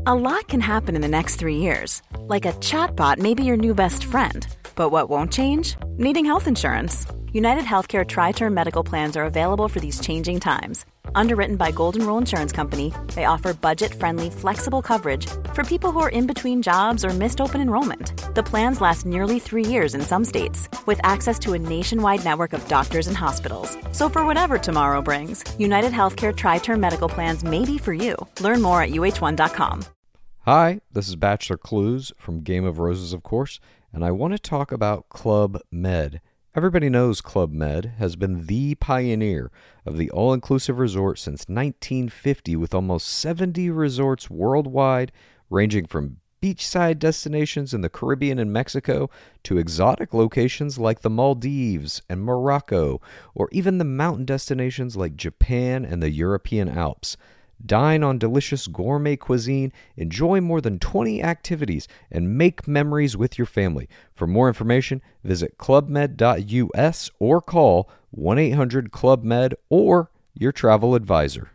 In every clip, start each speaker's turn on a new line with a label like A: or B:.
A: A lot can happen in the next 3 years. Like a chatbot may be your new best friend. But what won't change? Needing health insurance. United Healthcare Tri-Term Medical Plans are available for these changing times. Underwritten by Golden Rule Insurance Company, they offer budget-friendly, flexible coverage for people who are in between jobs or missed open enrollment. The plans last nearly 3 years in some states, with access to a nationwide network of doctors and hospitals. So for whatever tomorrow brings, United Healthcare Tri-Term Medical Plans may be for you. Learn more at uh1.com.
B: Hi, this is Bachelor Clues from Game of Roses, of course, and I want to talk about Club Med. Everybody knows Club Med has been the pioneer of the all-inclusive resort since 1950, with almost 70 resorts worldwide, ranging from beachside destinations in the Caribbean and Mexico to exotic locations like the Maldives and Morocco, or even the mountain destinations like Japan and the European Alps. Dine on delicious gourmet cuisine, enjoy more than 20 activities, and make memories with your family. For more information, visit clubmed.us or call 1-800-CLUB-MED or your travel advisor.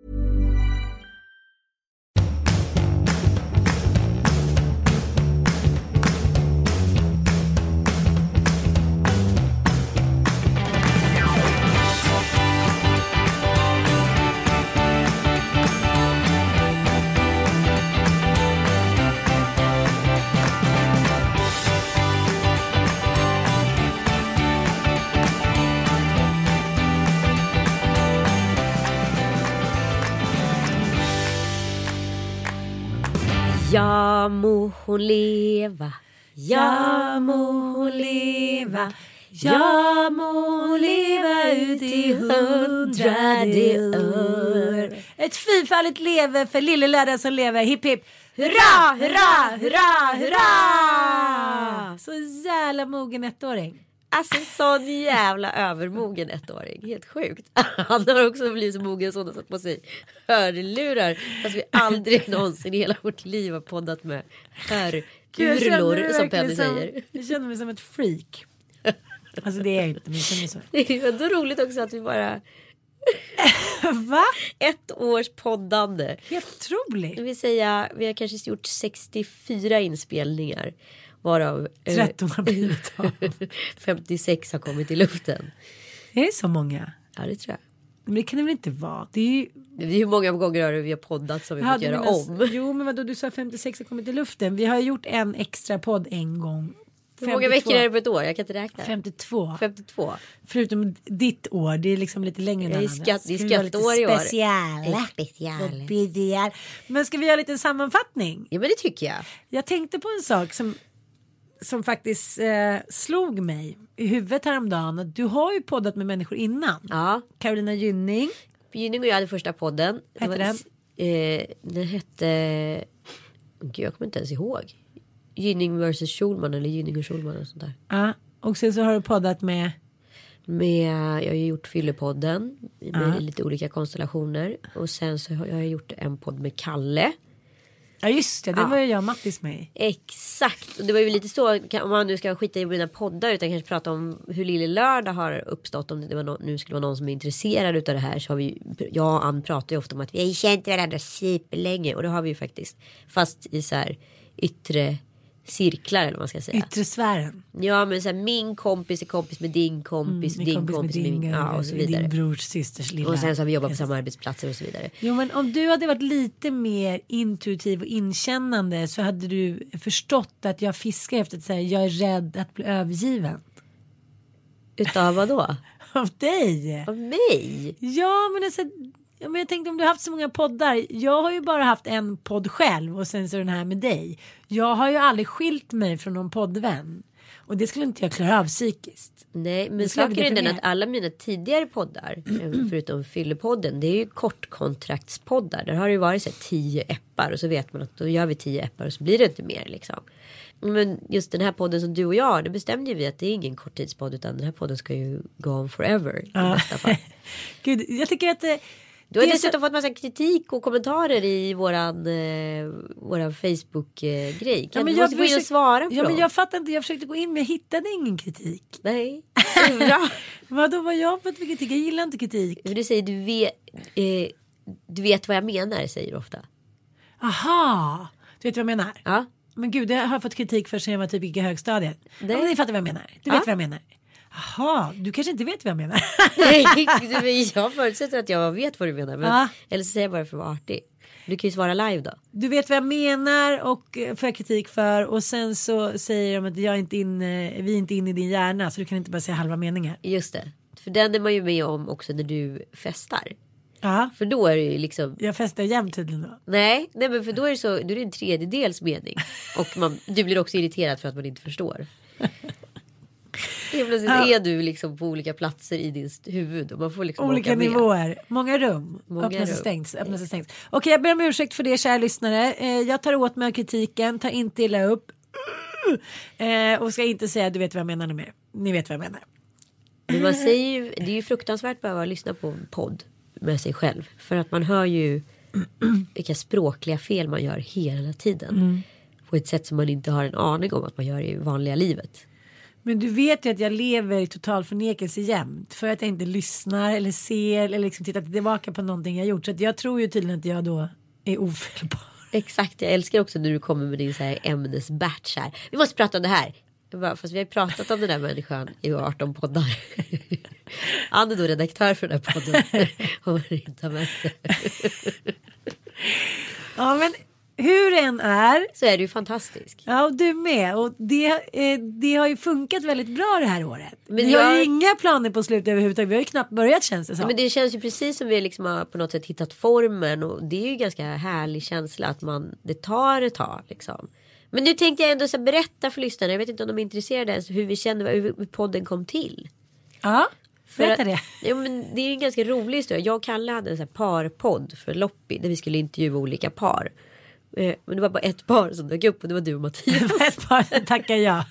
C: Ja må hon leva, ja må hon leva, ja må hon leva ut i 100 år. Ett fyrfaldigt leve för lille läraren som lever, hipp hipp. Hurra, hurra, hurra, hurra! Så jävla mogen ettåring.
D: Alltså sån jävla övermogen ettåring. Helt sjukt. Han har också blivit så mogen som han satt på sig hörlurar. Fast vi aldrig någonsin i hela vårt liv har poddat med hörgurlor, som Penny säger.
C: Jag känner mig som ett freak. Alltså det är jag inte, men jag känner så.
D: Det är ändå roligt också att vi bara...
C: Va?
D: 1 års poddande.
C: Helt otroligt.
D: Det vill säga, vi har kanske gjort 64 inspelningar. Varav
C: 13 har blivit av.
D: 56 har kommit i luften.
C: Det är så många.
D: Ja, det tror jag.
C: Men det kan det väl inte vara. Det är ju...
D: Hur många gånger har vi har poddat som vi fått göra om?
C: Jo, men vadå, du sa 56 har kommit i luften. Vi har gjort en extra podd en gång.
D: Hur många veckor är det på ett år? Jag kan inte räkna.
C: 52.
D: 52.
C: Förutom ditt år, det är liksom lite längre än
D: andra. Det är skatteår i år.
C: Special. Men ska vi göra lite sammanfattning?
D: Ja, men det tycker jag.
C: Jag tänkte på en sak som faktiskt slog mig i huvudet häromdagen. Att du har ju poddat med människor innan.
D: Ja.
C: Carolina Gynning.
D: Gynning och jag hade första podden.
C: Hette den?
D: Den hette... Gud, jag kommer inte ens ihåg. Gynning vs. Schulman eller Gynning och Schulman och sånt där.
C: Ja, och sen så har du poddat med...
D: Jag har gjort Fyllepodden med lite olika konstellationer. Och sen så har jag gjort en podd med Kalle.
C: Ja just det, det var ju jag och Mattis med.
D: Exakt, och det var ju lite så, om man nu ska skita i mina poddar utan kanske prata om hur Lille Lördag har uppstått, om det var nu skulle vara någon som är intresserad utav det här, så har vi, jag och Ann pratar ju ofta om att vi har känt varandra superlänge, och det har vi ju faktiskt, fast i så här yttre cirklar eller vad man ska säga.
C: Yttre sfären.
D: Ja, men så här, min kompis är kompis med din kompis, din kompis med din, ja, och så vidare.
C: Din brors systers lilla.
D: Och sen så har vi jobbat på samma arbetsplatser och så vidare.
C: Jo, men om du hade varit lite mer intuitiv och inkännande så hade du förstått att jag fiskar efter att säga jag är rädd att bli övergiven.
D: Utav vad då?
C: Av dig.
D: Av mig?
C: Ja, men alltså, men jag tänkte om du har haft så många poddar. Jag har ju bara haft en podd själv och sen så den här med dig. Jag har ju aldrig skilt mig från någon poddvän. Och det skulle inte jag klara av psykiskt.
D: Nej, men saken är den att alla mina tidigare poddar, förutom Fyllepodden, det är ju kortkontraktspoddar. Där har det ju varit så här 10 appar och så vet man att då gör vi 10 appar och så blir det inte mer liksom. Men just den här podden som du och jag, det bestämde ju vi att det är ingen korttidspodd, utan den här podden ska ju go on forever i nästa fall.
C: Gud, jag tycker att
D: du har dessutom fått massa kritik och kommentarer i våran Facebook-grej. Kan du måste gå in och svara på
C: men jag fattar inte, jag försökte gå in men jag hittade ingen kritik.
D: Nej, det är bra.
C: Vadå, vad jag fått för kritik? Jag gillar inte kritik.
D: Du säger du vet vad jag menar, säger du ofta.
C: Aha, du vet vad jag menar?
D: Ja.
C: Men gud, det har jag fått kritik för sen jag var typ gick i högstadiet. Ja, men ni fattar vad jag menar. Du vet vad jag menar. Jaha, du kanske inte vet vad jag menar.
D: Nej, jag förutsätter att jag vet vad du menar. Men, eller så säger jag bara för att vara artig. Du kan ju svara live då.
C: Du vet vad jag menar och får jag kritik för. Och sen så säger de att vi är inte inne i din hjärna. Så du kan inte bara säga halva meningar.
D: Just det. För den är man ju med om också när du festar.
C: Ja.
D: För då är det ju liksom...
C: Jag festar jämt tydligen då.
D: Nej, men för då är det så, då är det en tredjedels mening. Och du blir också irriterad för att man inte förstår. Plötsligt är du liksom på olika platser i din huvud. Och man får liksom
C: olika nivåer. Många rum. Öppnas och stängs. Okej, jag ber om ursäkt för det, kära lyssnare. Jag tar åt mig av kritiken. Ta inte illa upp. Och ska inte säga du vet vad jag menar mer. Ni vet vad jag menar.
D: Men man säger ju, det är ju fruktansvärt att behöva lyssna på en podd med sig själv. För att man hör ju vilka språkliga fel man gör hela tiden. På ett sätt som man inte har en aning om att man gör i vanliga livet.
C: Men du vet ju att jag lever i total förnekelse jämt. För att jag inte lyssnar eller ser eller liksom tittar tillbaka på någonting jag gjort. Så att jag tror ju tydligen att jag då är ofelbar.
D: Exakt, jag älskar också när du kommer med din så här ämnesbatch här. Vi måste prata om det här. Fast vi har pratat om den där människan i 18 poddar. Han är då redaktör för den här podden. Om man inte har märkt det.
C: Ja, men hur den är.
D: Så är det ju fantastisk.
C: Ja, och du med. Och det har ju funkat väldigt bra det här året. Men vi
D: jag...
C: har ju inga planer på slut överhuvudtaget. Vi har ju knappt börjat, känns det som.
D: Ja, men det känns ju precis som vi liksom har på något sätt hittat formen. Och det är ju ganska härlig känsla att det tar ett tag liksom. Men nu tänkte jag ändå så berätta för lyssnarna. Jag vet inte om de är intresserade ens hur vi kände hur podden kom till.
C: Ja, berätta det.
D: Ja, men det är en ganska rolig historia. Jag och Kalle hade en sån här parpodd för Loppi. Där vi skulle intervjua olika par. Men det var bara ett par som dök upp. Och det var du och Mattias.
C: Ett par, tackar jag.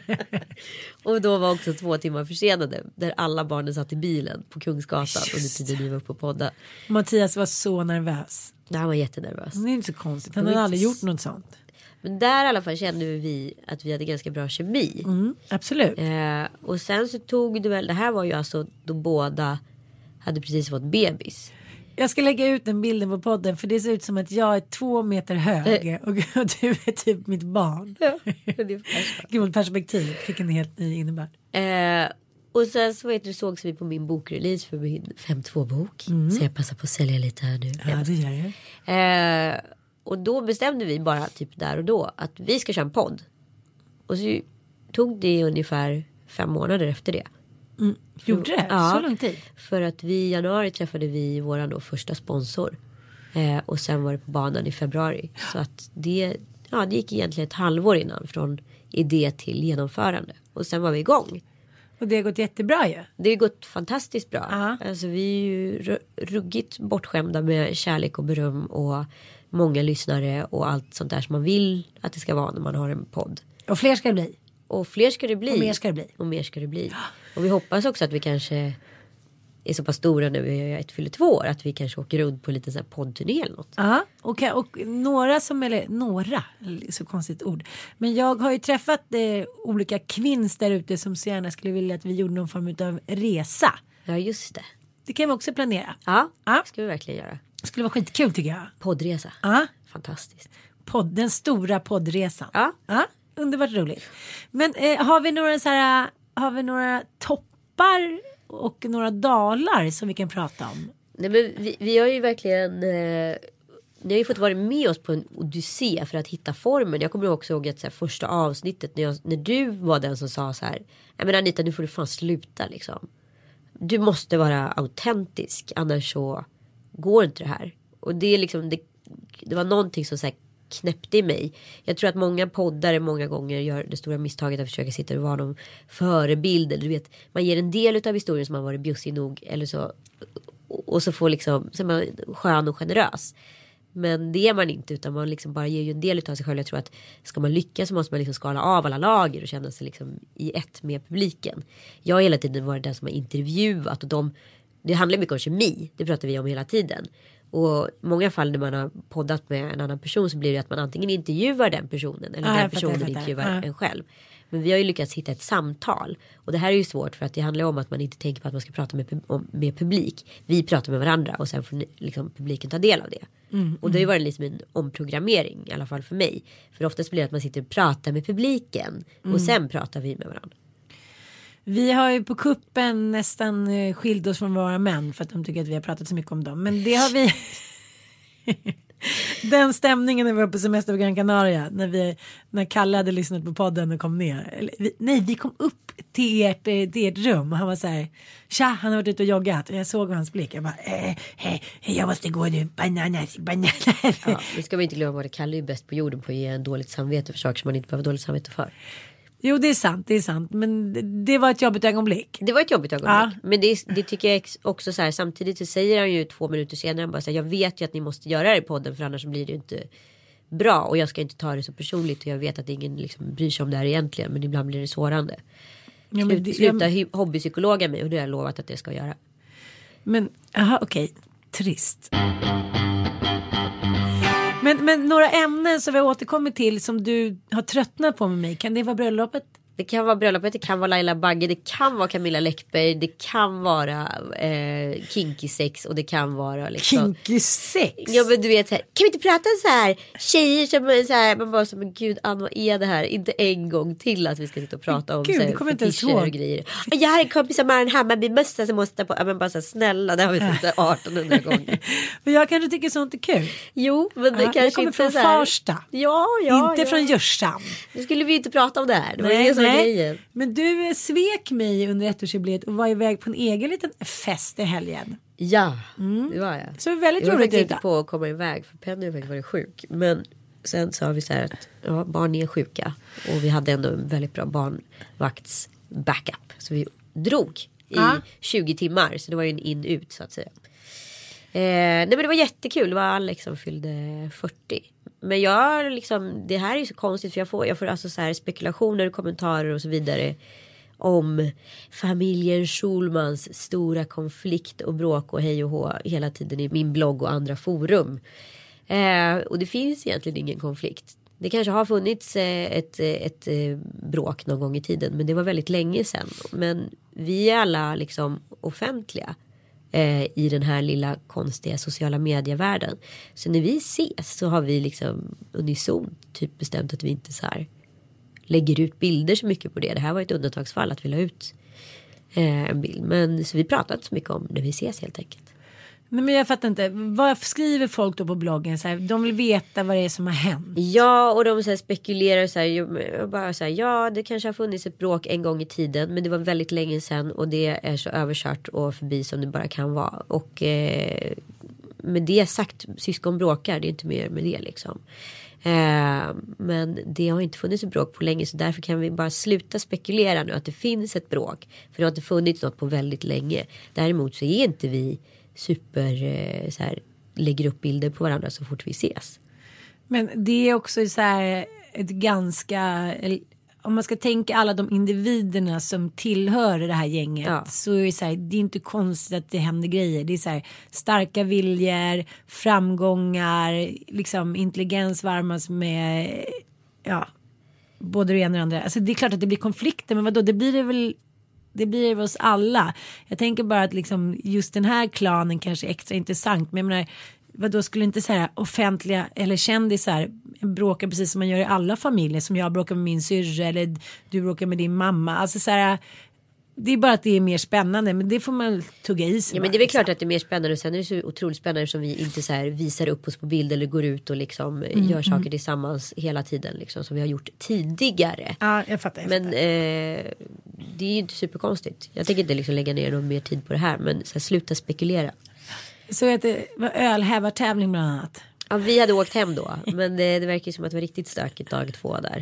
D: Och då var också 2 timmar försenade. Där alla barnen satt i bilen på Kungsgatan. Och nu tiden ni var uppe på podda.
C: Mattias var så nervös.
D: Han var jättenervös.
C: Det är inte så konstigt. Han hade aldrig gjort något sånt.
D: Men där i alla fall kände vi att vi hade ganska bra kemi.
C: Absolut.
D: Och sen så tog det väl, det här var ju alltså då båda hade precis fått bebis.
C: Jag ska lägga ut den bilden på podden för det ser ut som att jag är 2 meter hög och du är typ mitt barn.
D: Ja, ungefär.
C: Gud, perspektiv fick en helt ny innebörd.
D: Och sen så sågs vi på min bokrelease för min 5.2-bok. Så jag passar på att sälja lite här nu.
C: Ja, det gör jag.
D: Och då bestämde vi bara typ där och då att vi ska köra en podd. Och så tog det ungefär 5 månader efter det.
C: Gjorde det?
D: Ja,
C: så lång tid?
D: För att i januari träffade vi våran då första sponsor. Och sen var det på banan i februari. Så att det gick egentligen ett halvår innan från idé till genomförande. Och sen var vi igång.
C: Och det har gått jättebra ju.
D: Det har gått fantastiskt bra.
C: Uh-huh.
D: Alltså vi är ju ruggigt bortskämda med kärlek och beröm och många lyssnare och allt sånt där som man vill att det ska vara när man har en podd.
C: Och fler ska det bli.
D: Och fler ska det bli.
C: Och mer ska det bli.
D: Och mer ska det bli. Och vi hoppas också att vi kanske är så pass stora när vi är 1-2 år att vi kanske åker runt på lite så här poddturné eller något.
C: Ja, och några så konstigt ord. Men jag har ju träffat olika kvinns där ute som så gärna skulle vilja att vi gjorde någon form av resa.
D: Ja, just det.
C: Det kan vi också planera.
D: Ja, det ska vi verkligen göra.
C: Det skulle vara skitkul tycker jag.
D: Poddresa.
C: Ja.
D: Fantastiskt.
C: Den stora poddresan.
D: Ja.
C: Underbart roligt. Men har vi några toppar och några dalar som vi kan prata om?
D: Nej, men vi har ju verkligen ni har ju fått vara med oss på en odyssé för att hitta formen. Jag kommer också ihåg att så här, första avsnittet när du var den som sa så här: "Nej men Anita, nu får du fan sluta liksom. Du måste vara autentisk, annars så går inte det här." Och det är liksom det var någonting som så här knäppte i mig. Jag tror att många poddare många gånger gör det stora misstaget att försöka sitta och vara någon förebild. Eller du vet, man ger en del av historien som man varit bjussig nog. Eller så, och så får liksom, så är man skön och generös. Men det är man inte, utan man liksom bara ger ju en del av sig själv. Jag tror att ska man lyckas så måste man liksom skala av alla lager och känna sig liksom i ett med publiken. Jag har hela tiden varit den som har intervjuat och det handlar mycket om kemi, det pratar vi om hela tiden. Och i många fall när man har poddat med en annan person så blir det att man antingen intervjuar den personen eller den personen intervjuar en själv. Men vi har ju lyckats hitta ett samtal. Och det här är ju svårt för att det handlar om att man inte tänker på att man ska prata med publik. Vi pratar med varandra och sen får liksom publiken ta del av det. Och det har ju varit liksom en omprogrammering i alla fall för mig. För oftast blir det att man sitter och pratar med publiken och sen pratar vi med varandra.
C: Vi har ju på kuppen nästan skilt oss från våra män för att de tycker att vi har pratat så mycket om dem. Men det har vi... Den stämningen när vi var på semester på Gran Canaria när Kalle hade lyssnat på podden och kom ner. Vi kom upp till ert rum och han var så här, tja, han har varit ute och joggat och jag såg hans blick. Jag bara, jag måste gå nu, bananas.
D: Ja, nu ska vi inte glömma att Kalle är bäst på jorden på att ge en dåligt samvete för saker som man inte behöver dåligt samvete för.
C: Jo, det är sant. Men det var ett jobbigt ögonblick.
D: Det var ett jobbigt ögonblick. Ja. Men det tycker jag också så här, samtidigt så säger han ju 2 minuter senare, han bara så här, jag vet ju att ni måste göra det i podden för annars blir det ju inte bra. Och jag ska inte ta det så personligt och jag vet att ingen liksom bryr sig om det här egentligen, men ibland blir det sårande. Ja, sluta hobbypsykologa mig och det har jag lovat att jag ska göra.
C: Men, okej. Trist. Men några ämnen som vi har återkommit till som du har tröttnat på med mig. Kan det vara bröllopet?
D: Det kan vara bröllopet, det kan vara Laila Bagge, det kan vara Camilla Läckberg, det kan vara kinky sex och det kan vara liksom...
C: Kinky sex?
D: Ja, men du vet så här, kan vi inte prata så här tjejer som är så här, man bara så, men gud Anna, vad är det här? Inte en gång till att vi ska sitta och prata om så här, fetischer och grejer. Och jag har en kompis som har en Hammarby-mössa som måste på, men bara så här, snälla, det har vi sett 1800 gånger.
C: Men jag kanske tycker sånt är kul.
D: Jo, men det kanske
C: kommer
D: inte
C: från
D: så här...
C: Farsta.
D: Ja.
C: Inte från Djurshamn.
D: Nu skulle vi inte prata om det här. Det var det som var grejen.
C: Men du svek mig under ettårsjubileet och var iväg på en egen liten fest i helgen.
D: Ja, det var jag.
C: Så väldigt
D: roligt.
C: Jag
D: var inte på att komma iväg för Penny har faktiskt varit sjuk. Men sen sa vi så här att barn är sjuka. Och vi hade ändå en väldigt bra barnvakts backup. Så vi drog i 20 timmar. Så det var ju en in-ut så att säga. Nej men det var jättekul. Det var Alex som fyllde 40. Men jag liksom, det här är ju så konstigt för jag får alltså så här spekulationer, kommentarer och så vidare om familjen Schulmans stora konflikt och bråk och hej och hå hela tiden i min blogg och andra forum. Och det finns egentligen ingen konflikt. Det kanske har funnits ett bråk någon gång i tiden, men det var väldigt länge sedan. Men vi är alla liksom offentliga i den här lilla konstiga sociala medievärlden. Så när vi ses så har vi liksom unisont typ bestämt att vi inte så här lägger ut bilder så mycket på det. Det här var ett undantagsfall att vi la ut en bild. Men så vi pratar inte så mycket om när vi ses helt enkelt.
C: Nej, men jag fattar inte. Vad skriver folk då på bloggen? Så här, de vill veta vad det är som har hänt.
D: Ja, och de så här spekulerar så här, bara så här, ja, det kanske har funnits ett bråk en gång i tiden, men det var väldigt länge sedan och det är så överkört och förbi som det bara kan vara. Och med det sagt, syskon bråkar, det är inte mer med det liksom. Men det har inte funnits ett bråk på länge, så därför kan vi bara sluta spekulera nu att det finns ett bråk. För det har inte funnits något på väldigt länge. Däremot så är inte vi så här, lägger upp bilder på varandra så fort vi ses. Men
C: det är också så här ett ganska, om man ska tänka alla de individerna som tillhör det här gänget, så är det så här, det är inte konstigt att det händer grejer. Det är så här, starka viljor, framgångar, liksom intelligens varmas med både det ena och det andra. Alltså det är klart att det blir konflikter, men vadå, det blir det väl. Det blir det hos alla. Jag tänker bara att liksom just den här klanen kanske är extra intressant. Men jag menar, vadå, skulle inte så här offentliga eller kändisar bråka precis som man gör i alla familjer? Som jag bråkar med min syrra eller du bråkar med din mamma. Alltså så här, det är bara att det är mer spännande. Men det får man tugga i sig.
D: Ja, men det är väl klart att det är mer spännande. Och sen är det så otroligt spännande som vi inte så här visar upp oss på bild eller går ut och liksom gör saker tillsammans hela tiden. Liksom, som vi har gjort tidigare.
C: Ja, jag fattar.
D: Men det är ju inte superkonstigt. Jag tänker inte liksom lägga ner någon mer tid på det här. Men så här, sluta spekulera.
C: Så att det var ölhävartävling bland annat.
D: Ja, vi hade åkt hem då. Men det verkar som att det var riktigt stökigt dag 2 där.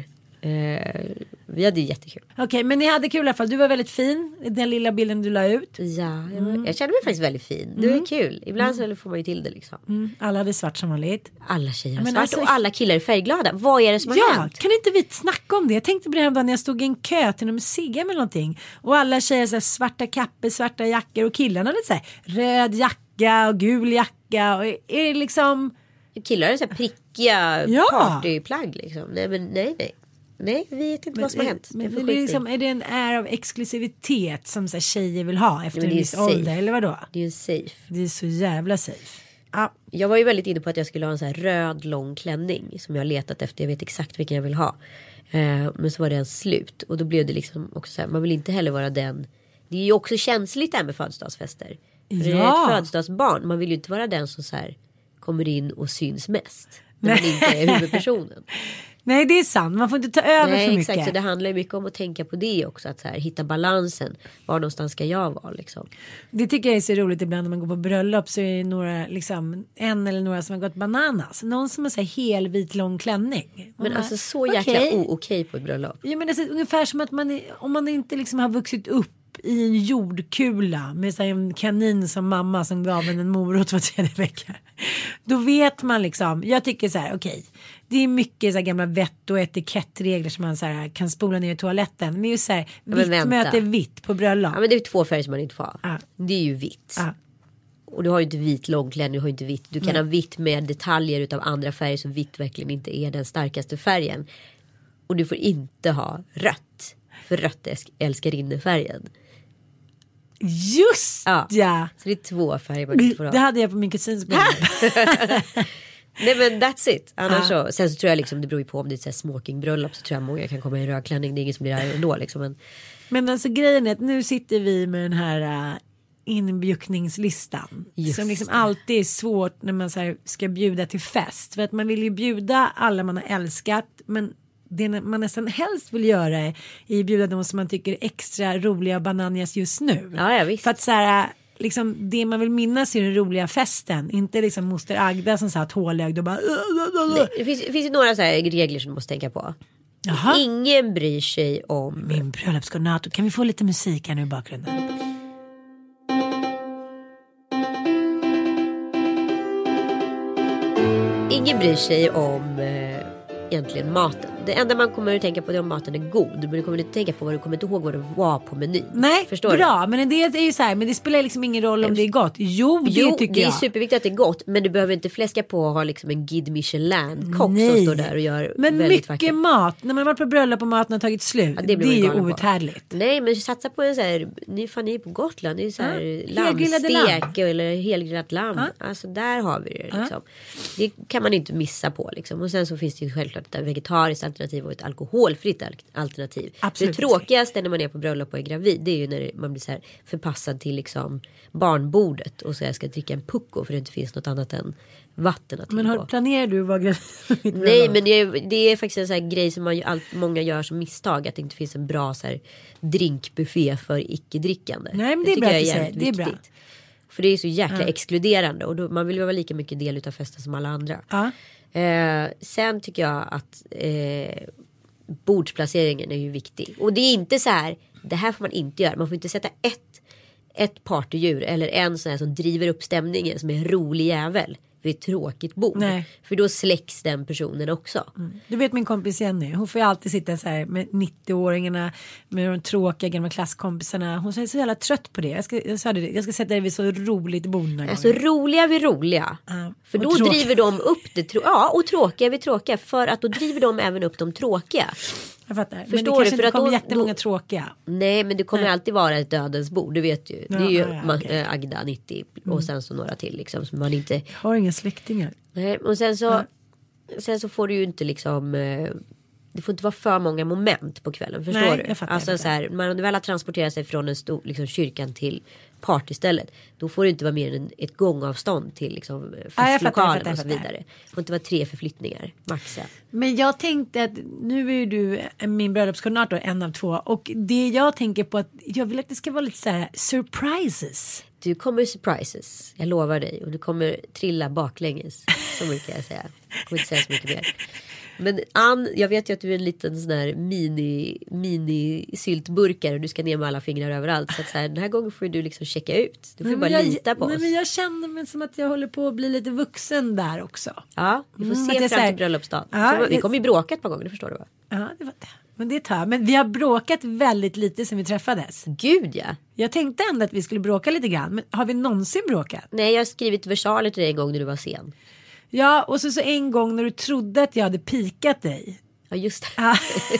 D: Vi hade jättekul.
C: Okej, men ni hade kul i alla fall. Du var väldigt fin i den lilla bilden du la ut.
D: Ja, jag kände mig faktiskt väldigt fin. Det var kul. Ibland så får man ju till det liksom.
C: Alla hade svart som vanligt.
D: Alla tjejer har svart alltså, och alla killar är färgglada. Vad är det som har hänt?
C: Kan inte vi snacka om det? Jag tänkte på det här när jag stod i en kö till en museum eller någonting. Och alla tjejer så här, svarta kappor, svarta jackor och killarna hade så här, röd jacka jacka och gul jacka. Och är det liksom...
D: Killar är så här prickiga partyplagg liksom. Nej, vi vet inte vad som har hänt.
C: Men är det liksom, är det en är av exklusivitet som så här, tjejer vill ha efter en viss ålder? Eller vadå?
D: Det är ju safe.
C: Det är så jävla safe. Ja.
D: Jag var ju väldigt inne på att jag skulle ha en så här röd lång klänning som jag har letat efter. Jag vet exakt vilken jag vill ha. Men så var det en slut. Och då blev det liksom också så här, man vill inte heller vara den. Det är ju också känsligt där med födelsedagsfester. För det är ett födelsedagsbarn. Man vill ju inte vara den som så här kommer in och syns mest. När man inte är huvudpersonen.
C: Nej, det är sant. Man får inte ta över för mycket.
D: Exakt, så det handlar ju mycket om att tänka på det också. Att så här, hitta balansen. Var någonstans ska jag vara liksom.
C: Det tycker jag är så roligt ibland när man går på bröllop. Så är det några, liksom, en eller några som har gått bananas. Någon som har så här helvit lång klänning.
D: Men alltså så jäkla okej på ett bröllop.
C: Ja, men det är ungefär som att om man inte liksom har vuxit upp i en jordkula med så här, en kanin som mamma som gav en morot var 3:e vecka. Då vet man liksom, jag tycker så här, okej, det är mycket så här gamla vett- och etikettregler som man så här, kan spola ner i toaletten. Men det är ju så här, vitt möter vitt på bröllop.
D: Ja, men det är 2 färger som man inte får ha. Det är ju vitt. Och du har ju inte vit långklänning, du har inte vitt. Du kan ha vitt med detaljer utav andra färger så vitt verkligen inte är den starkaste färgen. Och du får inte ha rött. För rött är älskarinnefärgen.
C: Just ja.
D: Så det är 2 färger man inte får ha.
C: Det hade jag på min kusins bröllop.
D: Nej men that's it. Annars så, sen så tror jag liksom, det beror ju på om det är ett smokingbröllop så tror jag många kan komma i rödklänning. Det är ingen som blir där ändå liksom. Men
C: alltså grejen är att nu sitter vi med den här inbjudningslistan. Som liksom alltid är svårt när man så här, ska bjuda till fest. För att man vill ju bjuda alla man har älskat. Men det man nästan helst vill göra är bjuda de som man tycker är extra roliga och bananias just nu.
D: Ja, visst.
C: För att så här, liksom, det man vill minnas är den roliga festen. Inte liksom moster Agda som satt hålögd och bara...
D: Nej, det finns ju några så här regler som du måste tänka på. Jaha. Ingen bryr sig om...
C: Min bröllopskoordinator. Kan vi få lite musik här nu i bakgrunden?
D: Ingen bryr sig om egentligen maten. Det enda man kommer att tänka på är om maten är god. Men du kommer inte tänka på vad du kommer inte ihåg vad det var på menyn.
C: Nej,
D: förstår
C: bra.
D: Du?
C: Men det är ju så här, men det spelar liksom ingen roll om det är gott. Jo, tycker jag.
D: Det är superviktigt att det är gott. Men du behöver inte fläska på och ha liksom en Guide Michelin-kock som står där och gör
C: men
D: väldigt
C: mycket mat. När man har varit på bröllop och maten har tagit slut. Det är ju outhärdligt.
D: Nej, men satsa på en så här, ni är på Gotland. Det är så här lammstek eller helgrillat lamm. Alltså där har vi det liksom. Det kan man inte missa på liksom. Och sen så finns det ju självklart ett vegetariskt alternativ och ett alkoholfritt alternativ.
C: Absolut.
D: Det tråkigaste när man är på bröllop och är gravid, det är ju när man blir så här förpassad till liksom barnbordet och så jag ska dricka en pucko för det inte finns något annat än vatten att
C: Men planerar du att vara gravid?
D: Nej, men det är faktiskt en sån här grej som många gör som misstag, att det inte finns en bra så här drinkbuffé för icke-drickande.
C: Nej, men det är bra att du säger. Det är bra.
D: För det är så jäkla exkluderande och man vill ju vara lika mycket del utav festen som alla andra. Sen tycker jag att bordsplaceringen är ju viktig. Och det är inte så här, det här får man inte göra. Man får inte sätta ett partydjur eller en sån här som driver upp stämningen som är en rolig jävel vid ett tråkigt bord. Nej. För då släcks den personen också.
C: Du vet min kompis Jenny, hon får ju alltid sitta så här med 90-åringarna med de tråkiga gamla klasskompisarna. Hon är så jävla trött på det. Jag ska sätta det vid så roligt bord.
D: Alltså roliga vid roliga. För då driver de upp det. Och tråkiga vid tråkiga. För att då driver de även upp de tråkiga.
C: Jag fattar.
D: Förstår
C: men det kanske
D: du?
C: inte kommer jättemånga tråkiga.
D: Nej, men det kommer alltid vara ett dödens bord. Du vet ju. Det är ju Agda 90 och sen så några till liksom, som man inte...
C: Jag har inga släktingar.
D: Nej, och sen så får du ju inte liksom... Det får inte vara för många moment på kvällen, förstår du?
C: Jag fattar,
D: alltså så här, man väl har transporterat sig från en stor liksom, kyrkan till partystället, då får det inte vara mer än ett gångavstånd till liksom, festlokalen och så vidare. Det får inte vara 3 förflyttningar, max.
C: Men jag tänkte att nu är ju du min bröllopskoordinator, en av 2. Och det jag tänker på att jag vill att det ska vara lite så här surprises.
D: Du kommer surprises, jag lovar dig. Och du kommer trilla baklänges, så mycket jag säga. Jag kommer inte säga så mycket mer. Men Ann, jag vet ju att du är en liten sån här mini syltburkar och du ska ner med alla fingrar överallt. Så att så här, den här gången får du liksom checka ut. Du får bara lita på oss.
C: Men jag känner mig som att jag håller på att bli lite vuxen där också.
D: Ja, vi får se fram till bröllopsdagen. Ja, vi kommer ju bråka ett par gånger, det förstår du va?
C: Ja, det var det. Men det tar. Men vi har bråkat väldigt lite sen vi träffades.
D: Gud ja.
C: Jag tänkte ändå att vi skulle bråka lite grann. Men har vi någonsin bråkat?
D: Nej, jag har skrivit versaler till dig en gång när du var sen.
C: Ja, och så en gång när du trodde att jag hade pikat dig.
D: Ja, just det.
C: Ja.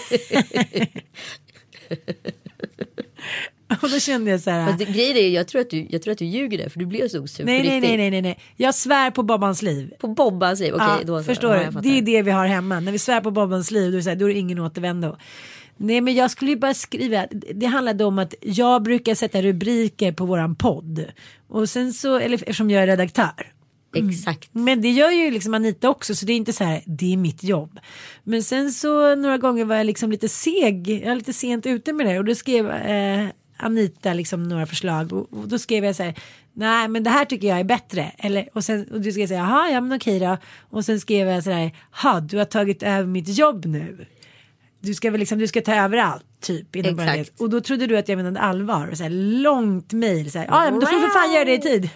C: Och då kände jag så här.
D: Fast grejen är, jag tror att du ljuger där, för du blir så sur.
C: Nej. Jag svär på Bobbans liv.
D: På Bobbans liv? Okej, då
C: förstår du? Det är det vi har hemma. När vi svär på Bobbans liv, då är det ingen återvändo. Nej, men jag skulle ju bara skriva. Det handlade om att jag brukar sätta rubriker på våran podd. Och sen så, eller eftersom jag är redaktör.
D: Exakt.
C: Men det gör ju liksom Anita också, så det är inte så här, det är mitt jobb. Men sen så några gånger var jag liksom lite seg. Jag var lite sent ute med det. Och då skrev Anita liksom några förslag. Och då skrev jag så här, nej men det här tycker jag är bättre. Och du ska säga, jaha, ja men okej då. Och sen skrev jag så här, du har tagit över mitt jobb nu. Du ska ta över allt typ.
D: Exakt.
C: Och då trodde du att jag menade allvar. Och så här, långt mejl. Ja men då får vi för fan göra det i tid.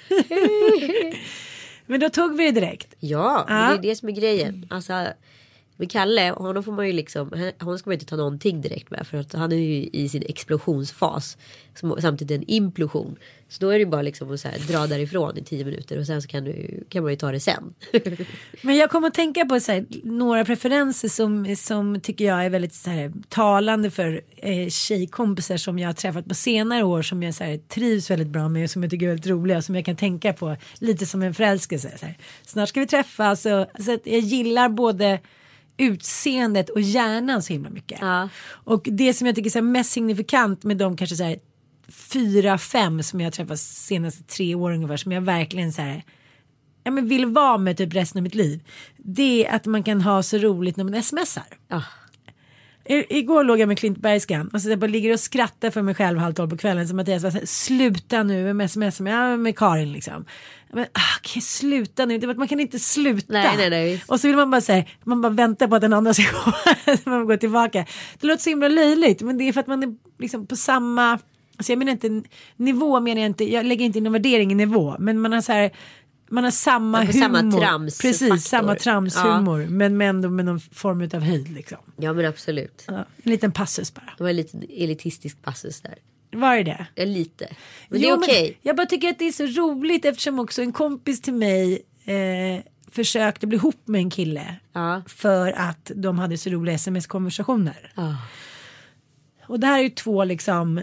C: Men då tog vi det direkt.
D: Ja, men det är det som är grejen. Alltså, med Kalle, honom får man ju liksom, honom ska man inte ta någonting direkt med, för att han är ju i sin explosionsfas, samtidigt en implosion. Så då är det bara liksom att så här, dra därifrån i 10 minuter och sen så kan man ju ta det sen.
C: Men jag kommer att tänka på så här, några preferenser som tycker jag är väldigt så här, talande för tjejkompisar som jag har träffat på senare år, som jag så här, trivs väldigt bra med och som jag tycker är väldigt roliga och som jag kan tänka på lite som en förälskelse. Så här. Snart ska vi träffas, så att jag gillar både utseendet och hjärnan så himla mycket.
D: Ja.
C: Och det som jag tycker är så här mest signifikant med de kanske så här 4-5 som jag har träffat senaste 3 år ungefär, som jag verkligen så här, ja, men vill vara med typ resten av mitt liv, det är att man kan ha så roligt när man smsar.
D: Ja.
C: Igår låg jag med Klint Bergskan och så jag bara ligger och skrattar för mig själv 11:30 på kvällen, som att jag var så här, sluta nu med sms med Karin liksom. Men okay, sluta nu, man kan inte sluta.
D: Nej.
C: Och så vill man bara säga, man bara väntar på att den andra ska man går tillbaka. Det låter så himla löjligt, men det är för att man är liksom på samma, alltså jag menar inte nivå, menar jag inte, jag lägger inte in någon värdering i nivå, men man har så här, man har samma humor.
D: Samma trams.
C: Precis, samma tramshumor. Ja. Men ändå med någon form av höjd liksom.
D: Ja, men absolut.
C: Ja, en liten passus bara.
D: Det var en liten elitistisk passus där.
C: Var är det?
D: Ja, lite. Men det är okej.
C: Jag bara tycker att det är så roligt, eftersom också en kompis till mig försökte bli ihop med en kille.
D: Ja.
C: För att de hade så roliga sms-konversationer.
D: Ja.
C: Och det här är ju 2 liksom,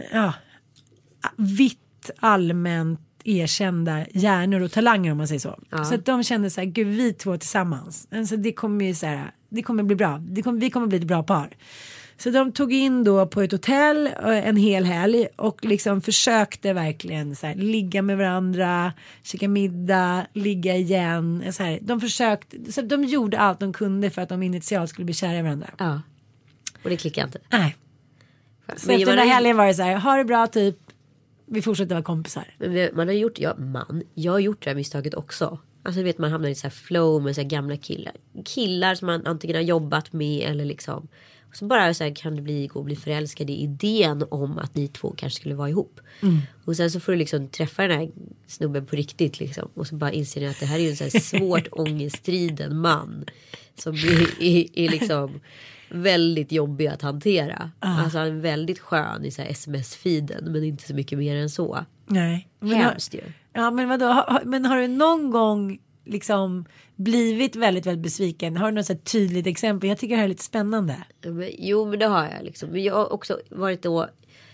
C: vitt allmänt erkända hjärnor och talanger, om man säger så. Ja. Så att de kände så här, gud, vi 2 tillsammans. Alltså det kommer ju så här, det kommer bli bra. Vi kommer bli ett bra par. Så de tog in då på ett hotell en hel helg och liksom försökte verkligen så här, ligga med varandra, käka middag, ligga igen. Så här, de försökte, så de gjorde allt de kunde för att de initialt skulle bli kära i varandra.
D: Ja. Och det klickade inte.
C: Nej. Så efter den här helgen var det så här, ha det bra typ. Vi fortsätter vara kompisar.
D: Men man har gjort, jag har gjort det här misstaget också. Alltså vet, man hamnar i så här flow med så här gamla killar som man antingen har jobbat med eller liksom, och så bara så här, kan det gå och bli förälskad i idén om att ni 2 kanske skulle vara ihop. Och sen så får du liksom träffa den här snubben på riktigt liksom, och så bara inser ni att det här är ju en så här svårt ångeststriden man som är liksom väldigt jobbig att hantera. Alltså han är väldigt skön i så här sms-feeden, men inte så mycket mer än så.
C: Nej.
D: Hemskt ju.
C: Ja, men vadå? Men har du någon gång liksom blivit väldigt, väldigt besviken? Har du något så här tydligt exempel? Jag tycker det här är lite spännande.
D: Jo, men det har jag liksom. Men jag har också varit då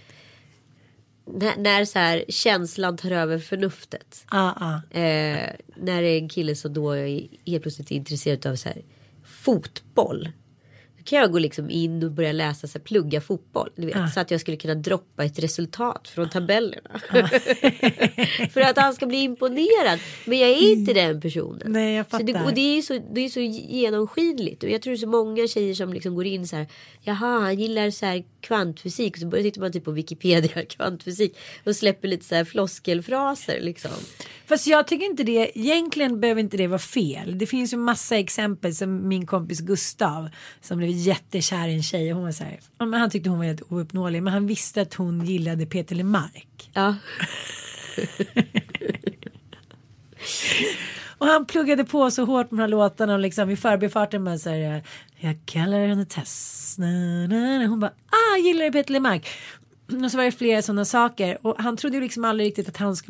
D: när så här känslan tar över förnuftet. När det är en kille som då är helt plötsligt intresserad av så här fotboll. Kan jag gå liksom in och börja läsa, så här, plugga fotboll, du vet, så att jag skulle kunna droppa ett resultat från tabellerna. För att han ska bli imponerad. Men jag är inte den personen.
C: Nej, jag fattar.
D: Så det är så genomskinligt. Och jag tror det är så många tjejer som liksom går in så här, jaha, han gillar så här kvantfysik. Och så börjar man typ på Wikipedia kvantfysik och släpper lite så här floskelfraser liksom.
C: Fast jag tycker inte det, egentligen behöver inte det vara fel. Det finns ju massa exempel, som min kompis Gustav som blev jättekär i en tjej, och hon var så här, men han tyckte hon var helt ouppnåelig, men han visste att hon gillade Peter LeMarc.
D: Ja.
C: Och han pluggade på så hårt med de här låtarna och liksom i förbifarten bara så här, jag kallar henne Tess. Hon bara, gillar du Peter Lemark? Och så var det flera sådana saker. Och han trodde ju liksom aldrig riktigt att han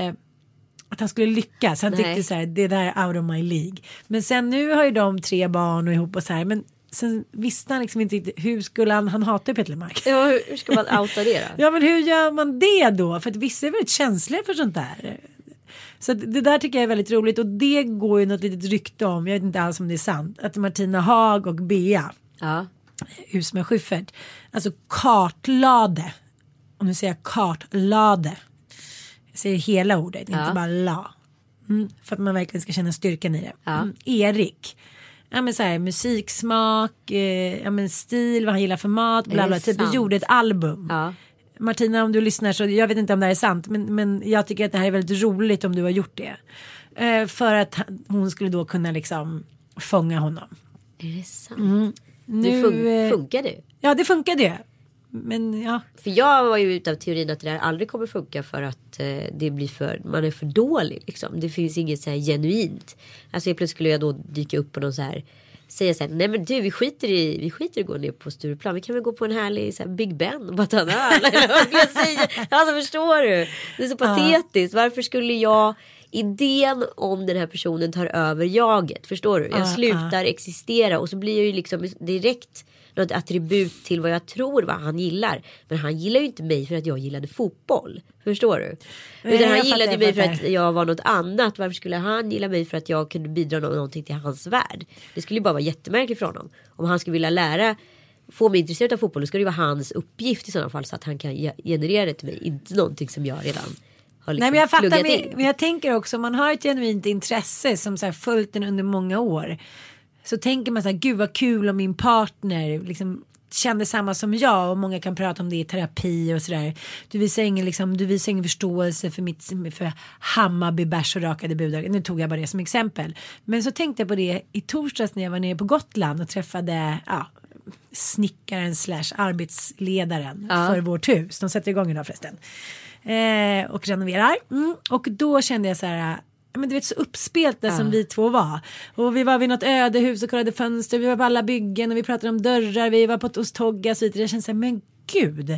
C: skulle lyckas. Han tyckte så här, det där är out of my League. Men sen nu har ju de 3 barn och ihop och så här. Men sen visste han liksom inte riktigt hur skulle han hatar Peter Lemark.
D: Ja, hur ska man outa det då?
C: Ja, men hur gör man det då? För att vissa är väldigt känsliga för sånt där. Så det där tycker jag är väldigt roligt. Och det går ju något litet rykte om, jag vet inte alls om det är sant, att Martina Haag och Bea Husman Schyffert alltså kartlade, om nu säger jag kartlade, jag säger hela ordet, inte bara la. För att man verkligen ska känna styrkan i det. Erik, ja men så här, musiksmak, ja men stil, vad han gillar för mat, bla bla, typ gjorde ett album. Martina, om du lyssnar, så jag vet inte om det här är sant, men jag tycker att det här är väldigt roligt om du har gjort det. För att hon skulle då kunna liksom fånga honom.
D: Är det sant? Nu funkar det.
C: Ja, det funkar det. Men ja.
D: För jag var ju utav teorin att det där aldrig kommer funka för att det blir man är för dålig liksom. Det finns inget så här genuint. Alltså plötsligt skulle jag då dyka upp på någon så här, säga så här, nej men du, vi skiter i att gå ner på Stureplan. Vi kan väl gå på en härlig så här, Big Ben och bara ta en öl. Alltså förstår du? Det är så patetiskt. Varför skulle jag, idén om den här personen tar över jaget, förstår du? Jag slutar existera och så blir jag ju liksom direkt något attribut till vad jag tror vad han gillar. Men han gillar ju inte mig för att jag gillade fotboll. Förstår du? Utan han gillade mig för att jag var något annat. Varför skulle han gilla mig för att jag kunde bidra någonting till hans värld? Det skulle ju bara vara jättemärkligt för honom. Om han skulle vilja få mig intresserad av fotboll, då skulle det vara hans uppgift i sådana fall, så att han kan generera det till mig. Inte någonting som jag redan har liksom. Nej, men jag fattar,
C: men jag tänker också, om man har ett genuint intresse som så här följt den under många år, så tänker man så här, gud vad kul om min partner liksom kände samma som jag, och många kan prata om det i terapi och sådär. Du visar ingen förståelse för Hammarby bärs och rakade budar. Nu tog jag bara det som exempel. Men så tänkte jag på det i torsdags när jag var nere på Gotland och träffade snickaren / arbetsledaren för vårt hus. De sätter igång idag förresten. Och renoverar. Och då kände jag så här, men du vet, så uppspelta som vi två var. Och vi var vid något ödehus och kollade fönster. Vi var på alla byggen och vi pratade om dörrar. Vi var på ett Osttogga och så vidare. Jag kände så här, men gud,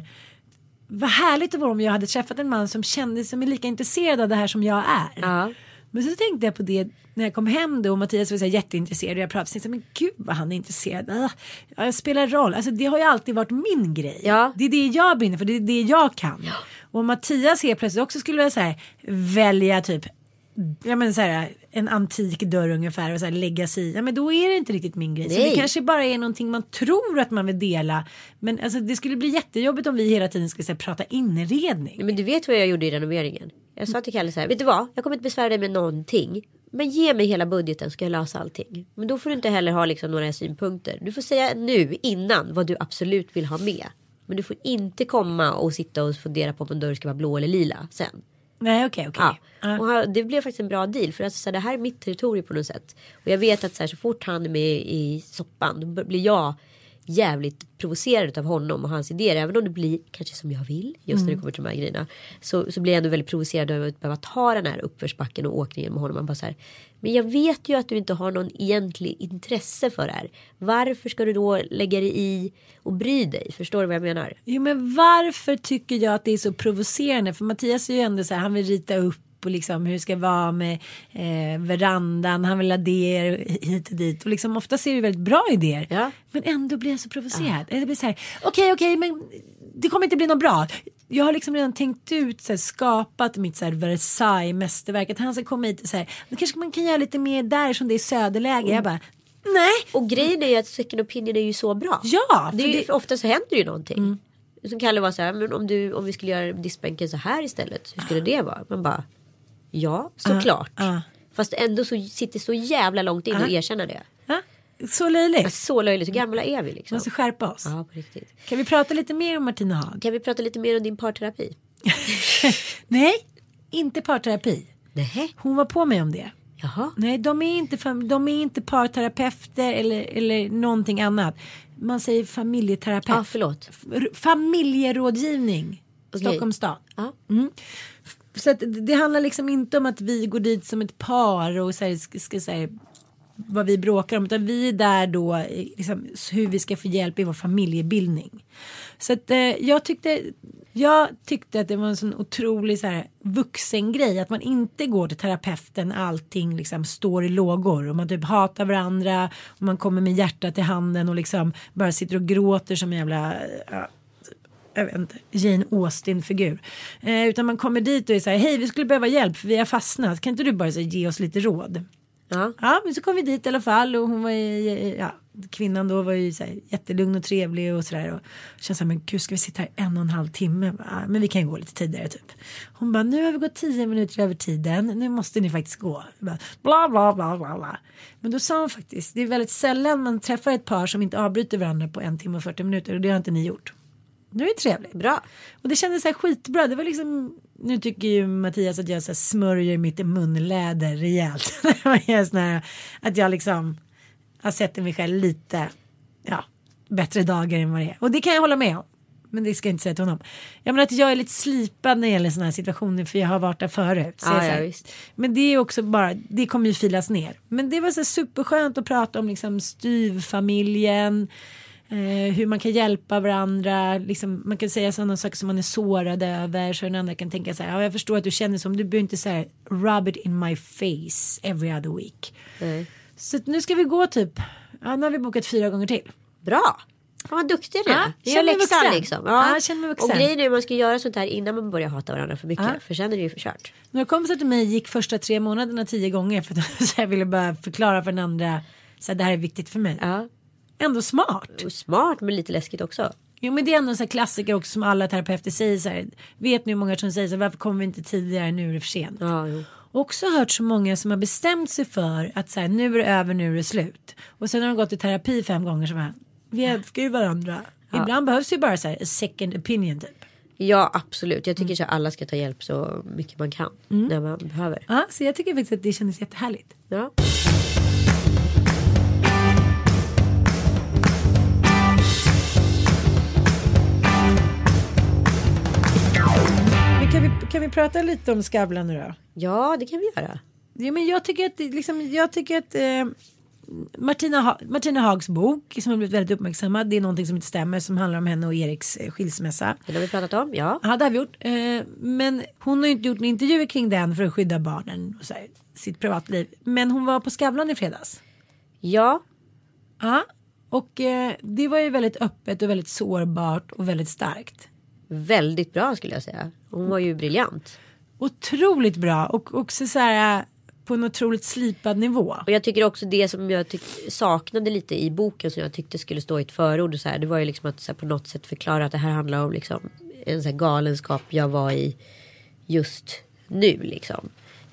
C: vad härligt det var om jag hade träffat en man som kände som är lika intresserad av det här som jag är. Men så tänkte jag på det när jag kom hem då, och Mattias var så här jätteintresserad och jag pratade så, men gud vad han är intresserad. Jag spelar roll. Alltså det har ju alltid varit min grej. Det är det jag brinner för, det är det jag kan. Och Mattias helt plötsligt också skulle jag så här välja typ, ja men så här, en antik dörr ungefär och så här, lägga sig i. Ja, men då är det inte riktigt min grej. Så det kanske bara är någonting man tror att man vill dela. Men alltså, det skulle bli jättejobbigt om vi hela tiden skulle här, prata inredning. Nej,
D: men du vet vad jag gjorde i renoveringen. Jag sa till Kalle så här, vet du vad? Jag kommer inte besvära dig med någonting. Men ge mig hela budgeten, ska jag lösa allting. Men då får du inte heller ha liksom några synpunkter. Du får säga nu innan vad du absolut vill ha med. Men du får inte komma och sitta och fundera på om en dörr ska vara blå eller lila sen.
C: Nej, okej.
D: Ja. Och det blev faktiskt en bra deal. För alltså, så här, det här är mitt territorium på något sätt. Och jag vet att så fort han är med i soppan, då blir jag jävligt provocerad av honom och hans idéer. Även om det blir kanske som jag vill, just när det kommer till de här grejerna, så blir jag ändå väldigt provocerad över att behöva ta den här uppförsbacken och åkningen med honom. Man bara så här, men jag vet ju att du inte har någon egentlig intresse för det här. Varför ska du då lägga dig i och bry dig? Förstår du vad jag menar?
C: Jo, men varför tycker jag att det är så provocerande? För Mattias är ju ändå så här, han vill rita upp och liksom hur det ska vara med verandan, han vill ha det hit och dit, och liksom ofta ser vi väldigt bra idéer, men ändå blir jag så provocerad. Det blir så här, okej, men det kommer inte bli något bra. Jag har liksom redan tänkt ut, så här, skapat mitt så här Versailles mästerverk, att han ska komma hit och så här, men kanske man kan göra lite mer där som det är söderläge. Jag bara, nej.
D: Och grejen är ju att second opinion är ju så bra.
C: Ja,
D: det är ju, ofta så händer ju någonting. Som Kalle var så här, men om vi skulle göra diskbänken så här istället, hur skulle det vara? Man bara, ja, såklart. Fast ändå så sitter så jävla långt in och erkänna det.
C: Så löjligt.
D: Ja, så löjligt, så gamla är vi liksom.
C: Måste skärpa oss.
D: Ja, på riktigt.
C: Kan vi prata lite mer om Martina Haag?
D: Kan vi prata lite mer om din parterapi?
C: Nej, inte parterapi.
D: Nej.
C: Hon var på mig om det.
D: Jaha.
C: Nej, de är inte parterapeuter eller någonting annat. Man säger familjeterapeut.
D: Ja, förlåt.
C: Familjerådgivning. Stockholms stad.
D: Ja.
C: Så att det handlar liksom inte om att vi går dit som ett par och så här, ska säga vad vi bråkar om, utan vi är där då liksom, hur vi ska få hjälp i vår familjebildning. Så att jag tyckte att det var en sån otrolig så här vuxen grej, att man inte går till terapeuten, allting liksom står i lågor och man typ hatar varandra och man kommer med hjärtat i handen och liksom bara sitter och gråter som en jävla jag vet inte, Jane Austen-figur. Utan man kommer dit och är så här, hej, vi skulle behöva hjälp för vi har fastnat. Kan inte du bara så här, ge oss lite råd? Ja, men så kom vi dit i alla fall och hon var kvinnan då var ju så här, jättelugn och trevlig och sådär och känns så här, men gud, ska vi sitta här 1,5 timme? Men vi kan ju gå lite tidigare typ. Hon bara, nu har vi gått 10 minuter över tiden, nu måste ni faktiskt gå. Bara, bla bla bla bla bla. Men då sa hon faktiskt, det är väldigt sällan man träffar ett par som inte avbryter varandra på 1 timme och 40 minuter och det har inte ni gjort. Det är trevligt.
D: Bra.
C: Och det kändes så här skitbra. Det var liksom, nu tycker ju Mattias att jag så här smörjer mitt munläder rejält. Att jag liksom har sett mig själv lite bättre dagar än vad det är. Och det kan jag hålla med om. Men det ska jag inte säga till honom. Jag menar att jag är lite slipad när det gäller såna här situationer, för jag har varit där förut.
D: Visst.
C: Men det är också bara, det kommer ju filas ner. Men det var så superskönt att prata om liksom styvfamiljen. Hur man kan hjälpa varandra, liksom, man kan säga sådana saker som man är sårad över, så den andra kan tänka så här, jag förstår att du känner som, du behöver inte säga rub it in my face every other week. Så nu ska vi gå typ, nu har vi bokat 4 gånger till.
D: Bra, fan vad duktig du är. Det är läxan liksom.
C: Känner mig vuxen.
D: Och grejen är att man ska göra sånt här innan man börjar hata varandra för mycket, för sen är det ju förkört.
C: Några kompisar till mig gick första 3 månaderna 10 gånger för att jag ville bara förklara för den andra så här, det här är viktigt för mig. Ändå smart.
D: Smart, men lite läskigt också.
C: Jo, men det är ändå en sån här klassiker också som alla terapeuter säger så här. Vet ni hur många som säger så här, varför kommer vi inte tidigare, nu är det för sent. Också hört så många som har bestämt sig för att så här, nu är det över, nu är det slut. Och sen har de gått i terapi 5 gånger som här, vi älskar ju varandra. Ibland behövs ju bara så här, a second opinion typ.
D: Ja, absolut. Jag tycker så att alla ska ta hjälp så mycket man kan när man behöver.
C: Ja, så jag tycker faktiskt att det kändes jättehärligt.
D: Ja.
C: Kan vi prata lite om Skavlan nu då?
D: Ja, det kan vi göra.
C: Ja, men jag tycker att Martina Hags bok som har blivit väldigt uppmärksammad, det är någonting som inte stämmer, som handlar om henne och Eriks skilsmässa.
D: Det har vi pratat om, ja.
C: Ja, det har vi gjort. Men hon har ju inte gjort en intervju kring den för att skydda barnen och så här, sitt privatliv. Men hon var på Skavlan i fredags.
D: Ja.
C: Ja, och det var ju väldigt öppet och väldigt sårbart och väldigt starkt.
D: Väldigt bra skulle jag säga. Hon var ju briljant.
C: Otroligt bra och också så här på en otroligt slipad nivå.
D: Och jag tycker också det som jag saknade lite i boken som jag tyckte skulle stå i ett förord och så här, det var ju liksom att så här, på något sätt förklara att det här handlar om liksom en så här galenskap jag var i just nu liksom.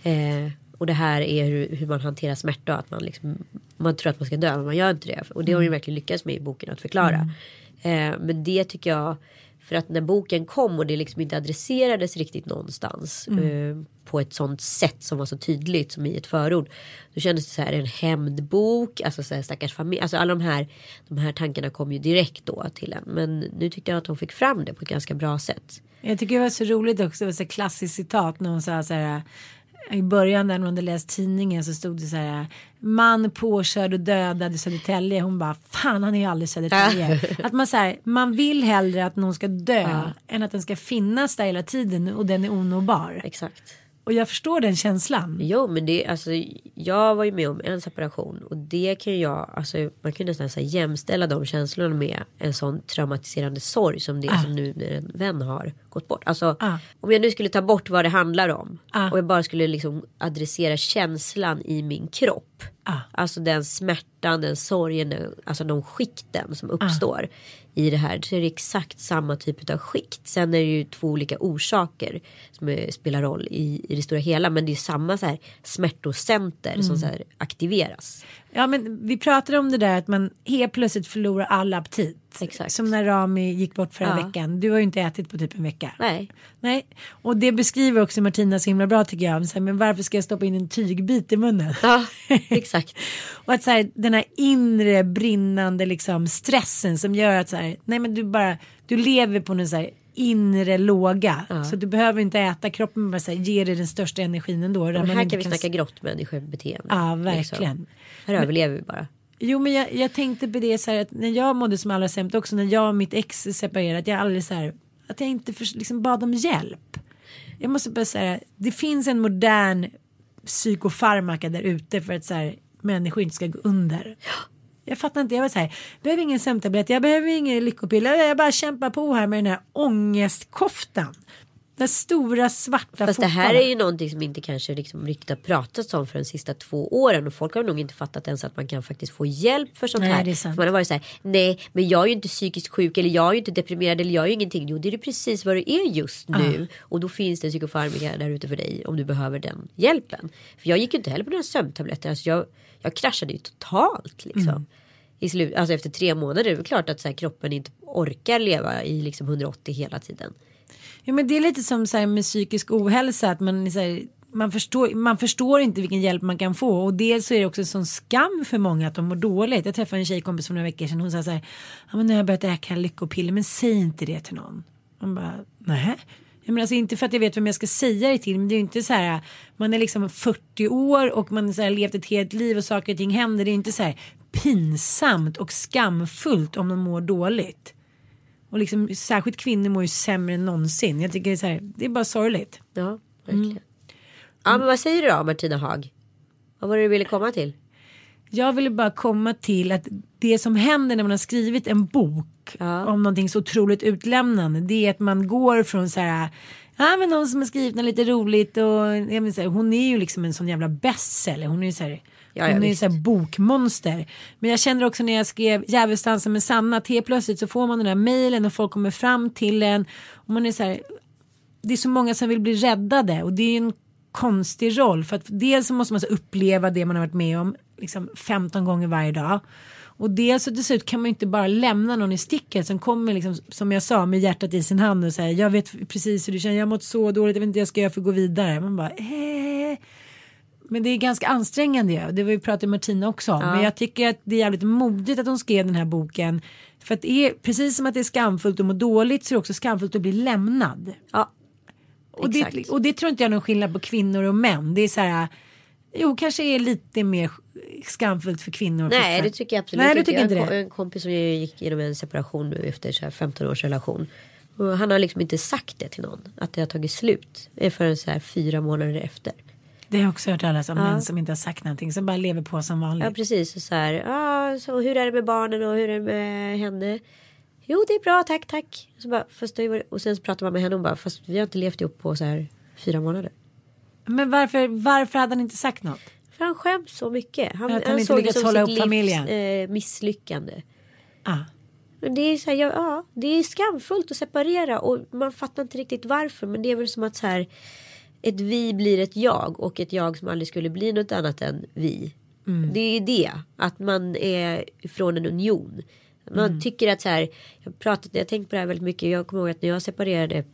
D: Och det här är hur man hanterar smärta, att man liksom, man tror att man ska dö men man gör inte det. Och det har ju verkligen lyckats med i boken att förklara. Men det tycker jag, för att när boken kom och det liksom inte adresserades riktigt någonstans på ett sånt sätt som var så tydligt som i ett förord, då kändes det så här en hämndbok, alltså så här stackars familj, alltså alla de här tankarna kom ju direkt då till en, men nu tyckte jag att hon fick fram det på ett ganska bra sätt. Jag tycker det var så roligt också, det var så klassiskt citat när hon sa så här, i början när hon hade läst tidningen så stod det så här, man påkörd och dödad i Södertälje. Hon bara, fan han är ju aldrig i Södertälje. Att man så här, man vill hellre att någon ska dö än att den ska finnas där hela tiden och den är onåbar. Exakt.
C: Och jag förstår den känslan.
D: Jo, men det, alltså, jag var ju med om en separation och det kan jag, alltså, man kan nästan så här jämställa de känslorna med en sån traumatiserande sorg som det som nu när en vän har gått bort. Alltså, om jag nu skulle ta bort vad det handlar om och jag bara skulle liksom adressera känslan i min kropp. Alltså den smärtan, den sorgen, alltså de skikten som uppstår i det här, så är det exakt samma typ av skikt. Sen är det ju 2 olika orsaker som spelar roll i det stora hela, men det är samma så här smärtocenter som så här aktiveras. Ja, men vi pratade om det där att man helt plötsligt förlorar all aptit. Exakt. Som när Rami gick bort förra veckan. Du har ju inte ätit på typ en vecka. Nej. Och det beskriver också Martina så himla bra tycker jag. Så här, men varför ska jag stoppa in en tygbit i munnen? Ja, exakt. Och att så här, den här inre brinnande liksom stressen som gör att så här, nej men du lever på en så här
C: inre låga. Så du behöver inte äta, kroppen bara säga, ger dig den största energin ändå.
D: Och här kan vi snacka grottmänniskobeteende.
C: Ja, verkligen.
D: Liksom. Här överlever vi bara.
C: Jo, men jag tänkte på det så här att när jag mådde som allra sämst också, när jag och mitt ex separerade, att jag aldrig så här, att jag inte liksom bad om hjälp. Jag måste bara säga, det finns en modern psykofarmaka där ute för att så här, människor inte ska gå under. Jag fattar inte, jag var så här, jag behöver ingen sömntablett, jag behöver ingen lyckopiller, jag bara kämpar på här med den här ångestkoftan. Den stora svarta
D: fast det här är ju någonting som inte kanske liksom riktigt har pratats om för de sista 2 åren. Och folk har nog inte fattat ens att man kan faktiskt få hjälp för sånt här. För man har varit så här, nej men jag är ju inte psykiskt sjuk, eller jag är ju inte deprimerad, eller jag är ju ingenting. Jo, det är precis vad det är just nu. Och då finns det en psykofarmika där ute för dig om du behöver den hjälpen. För jag gick ju inte heller på några sömntabletter. Alltså jag kraschade ju totalt liksom. Alltså efter 3 månader är det klart att så här, kroppen inte orkar leva i liksom 180 hela tiden.
C: Ja, men det är lite som så här, med psykisk ohälsa, att man, så här, man förstår inte vilken hjälp man kan få. Och dels så är det också en sån skam för många att de mår dåligt. Jag träffade en tjejkompis för några veckor sedan. Hon sa så här, ja, men nu har jag börjat äta lyckopiller, men säg inte det till någon. Man bara, nej. Jag menar, alltså, inte för att jag vet vem jag ska säga det till, men det är ju inte så här, man är liksom 40 år och man har så här, levt ett helt liv och saker och ting händer. Det är inte så här pinsamt och skamfullt om de mår dåligt. Och liksom, särskilt kvinnor mår ju sämre än någonsin. Jag tycker det är, så här, det är bara sorgligt.
D: Ja, verkligen. Ja, men vad säger du då, Martina Haag? Vad var det du ville komma till?
C: Jag ville bara komma till att det som händer när man har skrivit en bok om någonting så otroligt utlämnande, det är att man går från så här, ja men någon som har skrivit något lite roligt och jag vill säga, hon är ju liksom en sån jävla bestseller. Hon är ju så här, hon är ju så här bokmonster. Men jag känner också när jag skrev Djävulsdansen med Sanna, att helt plötsligt så får man den där mejlen och folk kommer fram till en och man är så här, det är så många som vill bli räddade och det är en konstig roll, för att dels så måste man så uppleva det man har varit med om liksom 15 gånger varje dag, och dels så till slut kan man inte bara lämna någon i sticket som kommer liksom, som jag sa, med hjärtat i sin hand och säger, jag vet precis hur du känner, jag har mått så dåligt, jag vet inte vad jag ska göra för att gå vidare. Man bara Men det är ganska ansträngande, det var ju pratat med Martina också om. Men jag tycker att det är jävligt modigt att hon skrev den här boken, för att det är precis som att det är skamfullt att må dåligt, så är det också skamfullt att bli lämnad. Ja. Och det tror inte jag är någon skillnad på kvinnor och män. Det är så här, jo, kanske är lite mer skamfullt för kvinnor.
D: Nej, det tycker jag absolut.
C: Nej, du tycker inte
D: det. En kompis som gick igenom en separation nu efter så här 15 års relation. Och han har liksom inte sagt det till någon, att det har tagit slut förrän så här 4 månader efter.
C: Det har jag också hört alla som män som inte har sagt någonting, som bara lever på som vanligt.
D: Ja, precis. Och så här, så hur är det med barnen och hur är det med henne? Jo, det är bra, tack. Så bara, och sen så pratar man med henne och bara, fast vi har inte levt ihop på så här 4 månader.
C: Men varför hade han inte sagt något?
D: För han skäms så mycket. Han
C: inte
D: såg
C: lyckats hålla upp familjen.
D: Misslyckande. Men det är så här, det är skamfullt att separera och man fattar inte riktigt varför, men det är väl som att så här, ett vi blir ett jag och ett jag som aldrig skulle bli något annat än vi. Det är det, att man är från en union. Man tycker att så här, jag har tänkt på det här väldigt mycket. Jag kommer ihåg att när jag separerade,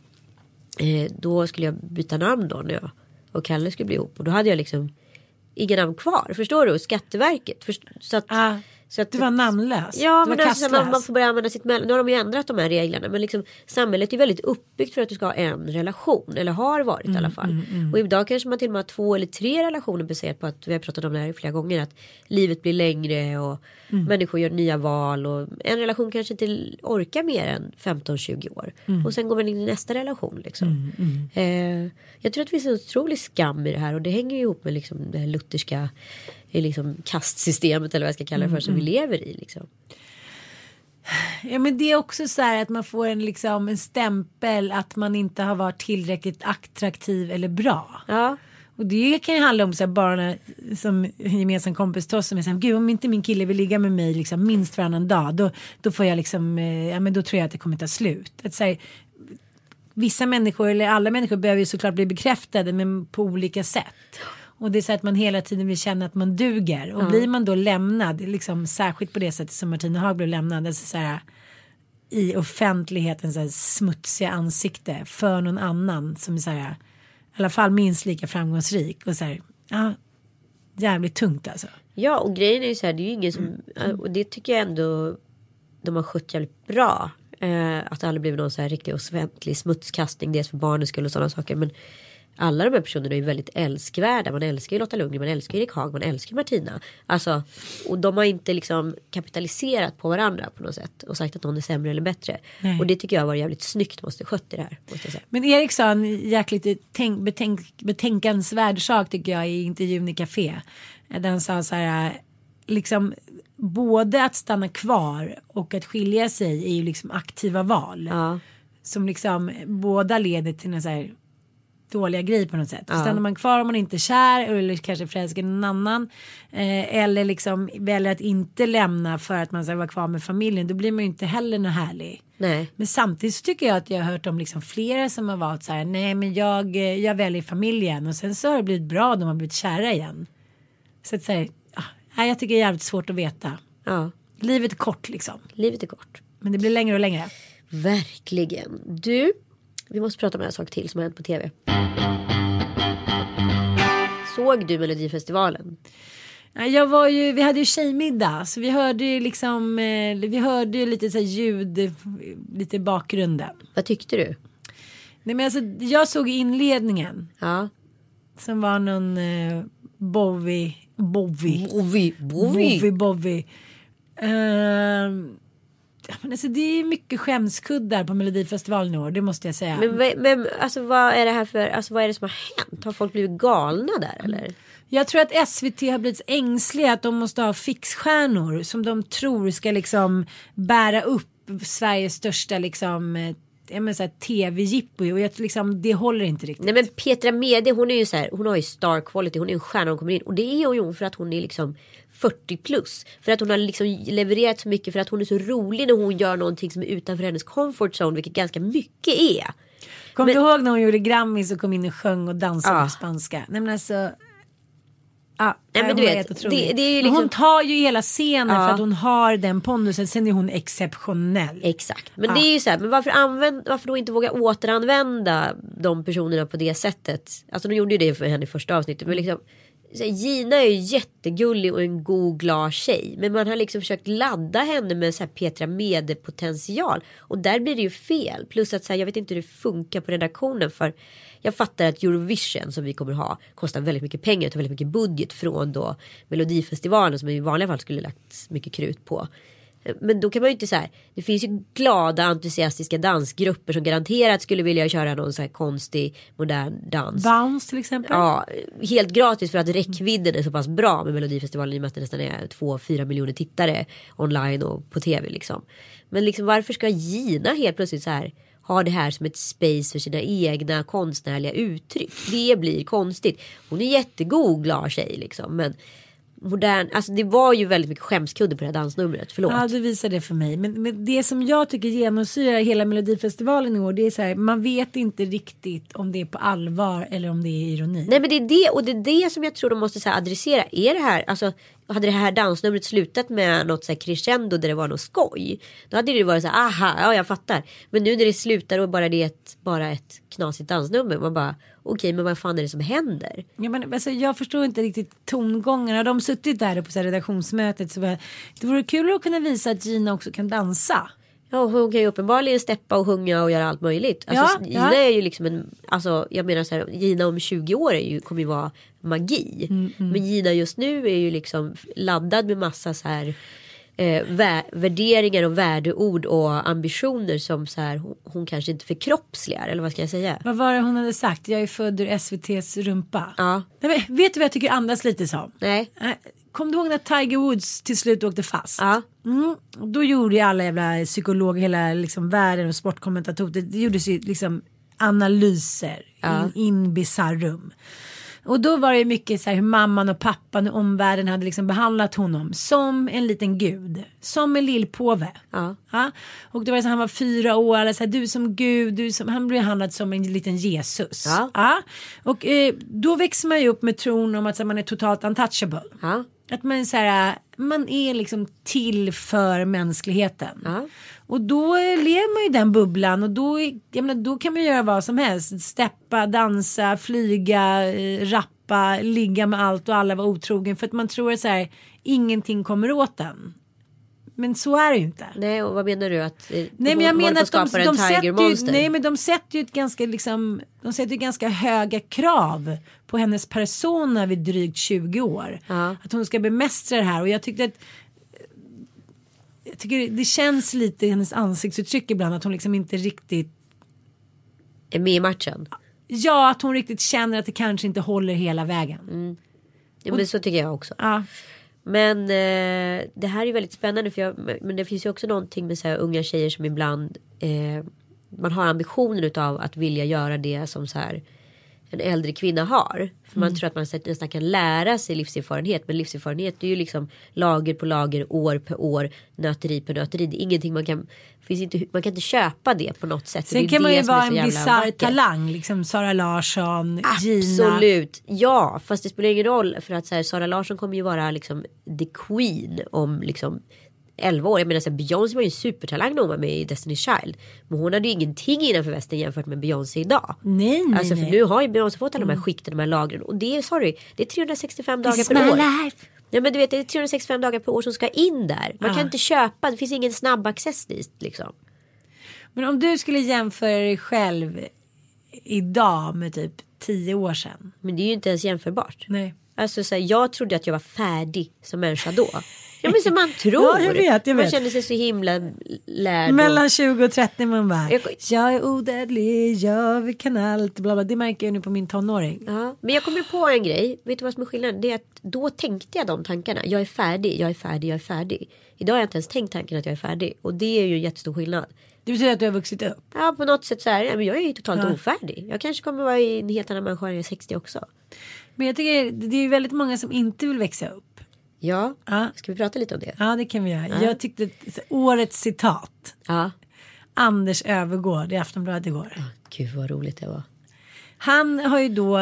D: då skulle jag byta namn då när jag och Kalle skulle bli ihop, och då hade jag liksom ingen namn kvar, förstår du? Skatteverket. Så att
C: du var namnlös.
D: Ja, men alltså, man får börja använda sitt nu har de ju ändrat de här reglerna, men liksom, samhället är väldigt uppbyggt för att du ska ha en relation, eller har varit i alla fall. Och idag kanske man till och med har 2 eller 3 relationer, baserat på att vi har pratat om det här flera gånger, att livet blir längre och människor gör nya val, och en relation kanske inte orkar mer än 15-20 år. Och sen går man in i nästa relation liksom. Jag tror att det finns en otrolig skam i det här, och det hänger ju ihop med liksom det här lutherska liksom kastsystemet, eller vad jag ska kalla det för, som vi lever i liksom.
C: Ja, men det är också så här att man får en stämpel att man inte har varit tillräckligt attraktiv eller bra. Ja. Och det kan ju handla om så här, bara som gemensam kompis till oss som är så här, gud, om inte min kille vill ligga med mig liksom minst varannan dag, då får jag liksom, men då tror jag att det kommer ta slut. Att så här, vissa människor, eller alla människor, behöver ju såklart bli bekräftade, men på olika sätt. Och det är så att man hela tiden vill känna att man duger. Och blir man då lämnad, liksom, särskilt på det sättet som Martina Haag blev lämnad, alltså så här, i offentligheten, så här, smutsiga ansikte för någon annan som är så här, i alla fall minst lika framgångsrik. Och så här, jävligt tungt alltså.
D: Ja, och grejen är ju så här, det är ju ingen som, och det tycker jag ändå de har skött jävligt bra. Att det aldrig blivit någon så här riktig offentlig smutskastning. Dels för barnens skull och sådana saker. Men alla de här personerna är ju väldigt älskvärda. Man älskar ju Lotta Lundgren, man älskar ju Erik Haag, man älskar ju Martina. Alltså, och de har inte liksom kapitaliserat på varandra på något sätt. Och sagt att någon är sämre eller bättre. Nej. Och det tycker jag var jävligt snyggt måste skött i det här. Måste jag säga.
C: Men Erik sa en jäkligt betänkansvärd sak tycker jag i intervjun i Café. Där han sa så här, liksom både att stanna kvar och att skilja sig är ju liksom aktiva val. Ja. Som liksom båda leder till en så här dåliga grej på något sätt. Ja. Stannar man kvar om man inte är kär eller kanske förälskar någon annan eller liksom väljer att inte lämna för att man ska vara kvar med familjen, då blir man ju inte heller något härlig. Nej. Men samtidigt så tycker jag att jag har hört om liksom flera som har valt så här, nej men jag väljer familjen och sen så har det blivit bra, de har blivit kära igen. Så att säga, jag tycker det är jävligt svårt att veta. Ja. Livet är kort liksom.
D: Livet är kort.
C: Men det blir längre och längre.
D: Verkligen. Du, vi måste prata om en sak till som har hänt på tv. Såg du Melodifestivalen?
C: Vi hade ju tjejmiddag. Så vi hörde ju liksom, lite så här ljud, lite i bakgrunden.
D: Vad tyckte du?
C: Nej men alltså, jag såg inledningen. Ja. Som var någon Bowie. Men alltså, det är mycket skämskuddar på Melodifestivalen i år, det måste jag säga.
D: Men alltså, vad är det här för, alltså, vad är det som har hänt? Har folk blivit galna där eller?
C: Jag tror att SVT har blivit ängsliga att de måste ha fixstjärnor som de tror ska liksom bära upp Sveriges största liksom tv-jippo, och liksom, det håller inte riktigt.
D: Nej men Petra Mede, hon är ju så här, hon har ju star quality, hon är en stjärna, hon kommer in, och det är hon för att hon är liksom 40 plus, för att hon har liksom levererat så mycket, för att hon är så rolig när hon gör någonting som är utanför hennes comfort zone, vilket ganska mycket är.
C: Kommer du ihåg när hon gjorde Grammis och kom in och sjöng och dansade på spanska? Nej men alltså nej, men du vet, det är ju liksom... Hon tar ju hela scenen för att hon har den pondusen. Sen är hon exceptionell.
D: Exakt, men det är ju så här, men varför då inte våga återanvända de personerna på det sättet? Alltså de gjorde ju det för henne i första avsnittet, men liksom, Gina är ju jättegullig och en god glad tjej, men man har liksom försökt ladda henne med så här Petra Mede potential, och där blir det ju fel. Plus att så här, jag vet inte hur det funkar på redaktionen, för jag fattar att Eurovision som vi kommer ha kostar väldigt mycket pengar och tar väldigt mycket budget från då Melodifestivalen som i vanliga fall skulle lagt mycket krut på. Men då kan man ju inte så här, det finns ju glada entusiastiska dansgrupper som garanterat skulle vilja köra någon så här konstig modern dans.
C: Bounce till exempel.
D: Ja, helt gratis för att räckvidden är så pass bra med Melodifestivalen, i och med att det nästan är 2-4 miljoner tittare online och på tv liksom. Men liksom, varför ska Gina helt plötsligt så här ha det här som ett space för sina egna konstnärliga uttryck? Det blir konstigt. Hon är jättegod, glad tjej liksom, men modern, alltså det var ju väldigt mycket skämskudde på det här dansnumret, förlåt.
C: Ja, du visar det för mig. Men det som jag tycker genomsyrar hela Melodifestivalen i år, det är så här, man vet inte riktigt om det är på allvar eller om det är ironi.
D: Nej men det är det, och det är det som jag tror de måste så här adressera. Är det här, alltså hade det här dansnumret slutat med något så här crescendo där det var något skoj, då hade det varit så här, aha, ja jag fattar. Men nu när det slutar och bara det är bara ett knasigt dansnummer, man bara okej, men vad fan är det som händer?
C: Ja, men alltså, jag förstår inte riktigt tongångarna. De suttit där på så här redaktionsmötet, så det vore kul att kunna visa att Gina också kan dansa.
D: Ja, hon kan ju uppenbarligen steppa och sjunga och göra allt möjligt. Alltså, Gina är ju liksom en, alltså jag menar så här, Gina om 20 år kommer ju vara magi. Men Gina just nu är ju liksom laddad med massa så här värderingar och värdeord och ambitioner som så här, hon kanske inte förkroppsligar, eller vad ska jag säga?
C: Vad var det hon hade sagt? Jag är född ur SVT:s rumpa. Ja. Nej, men, vet du vad jag tycker andas lite som?
D: Nej.
C: Kom du ihåg när Tiger Woods till slut åkte fast? Ja. Då gjorde ju alla jävla psykologer, hela liksom världen och sportkommentatorer, det gjordes ju liksom analyser in bizarrum. Och då var det mycket så här hur mamman och pappan och omvärlden hade liksom behandlat honom som en liten gud, som en lillpåve. Ja. Och det var så han var 4 år, eller så här, du som gud, han blev behandlad som en liten Jesus. Ja. Och då växer man ju upp med tron om att så här, man är totalt untouchable. Ja. Att man så här, man är liksom till för mänskligheten. Ja. Och då lever man ju den bubblan, och då kan man göra vad som helst. Steppa, dansa, flyga, rappa, ligga med allt och alla var otrogen. För att man tror att så här, ingenting kommer åt den. Men så är det ju inte.
D: Nej, och vad menar du? Att
C: nej, men jag menar att de sätter ju ett ganska liksom, de sätter ju ganska höga krav på hennes persona vid drygt 20 år. Att hon ska bemästra det här. Och jag tycker det känns lite i hennes ansiktsuttryck ibland att hon liksom inte riktigt
D: är med i matchen.
C: Ja, att hon riktigt känner att det kanske inte håller hela vägen.
D: Ja, men så tycker jag också.
C: Ja.
D: Men det här är väldigt spännande. Men det finns ju också någonting med så här unga tjejer som ibland man har ambitionen utav att vilja göra det som så här en äldre kvinna har. För man tror att man nästan kan lära sig livserfarenhet. Men livserfarenhet är ju liksom lager på lager, år på år, nöteri på nöteri. Det är ingenting man kan inte köpa det på något sätt.
C: Sen kan man ju vara en bizarr talang, liksom Sara Larsson, Gina.
D: Absolut, ja. Fast det spelar ingen roll för att så här, Sara Larsson kommer ju vara liksom the queen om liksom 11 år. Jag menar så här, Beyoncé var ju en supertalang när hon var med i Destiny's Child. Men hon hade ju ingenting innanför västen jämfört med Beyoncé idag.
C: Nej.
D: För nu har ju Beyoncé fått alla de här skikten, de här lagren. Och det är 365 dagar per år.
C: Life.
D: Ja, men du vet, det är 365 dagar per år som ska in där. Man kan inte köpa, det finns ingen snabb access dit liksom.
C: Men om du skulle jämföra dig själv idag med typ 10 år sedan.
D: Men det är ju inte ens jämförbart.
C: Nej.
D: Alltså så här, jag trodde att jag var färdig som människa då. Ja, men som man tror.
C: Ja, jag vet.
D: Man kände sig så himla lärd.
C: Mellan 20 och 30 man bara. Jag är odödlig, jag kan allt. Bla bla. Det märker jag nu på min tonåring.
D: Ja, men jag kommer på en grej. Vet du vad som är skillnaden? Det är att då tänkte jag de tankarna. Jag är färdig, jag är färdig, jag är färdig. Idag har jag inte ens tänkt tanken att jag är färdig. Och det är ju en jättestor skillnad.
C: Det betyder att du har vuxit upp?
D: Ja, på något sätt så här. Men jag är ju totalt ofärdig. Jag kanske kommer vara en helt annan människa när jag är 60 också. Men
C: jag tycker det är ju väldigt många som inte vill växa upp.
D: Ja, ska vi prata lite om det?
C: Ja, det kan vi göra. Ja. Jag tyckte årets citat.
D: Ja.
C: Anders Öfvergård i Aftonbladet igår.
D: Gud vad roligt det var.
C: Han har ju då,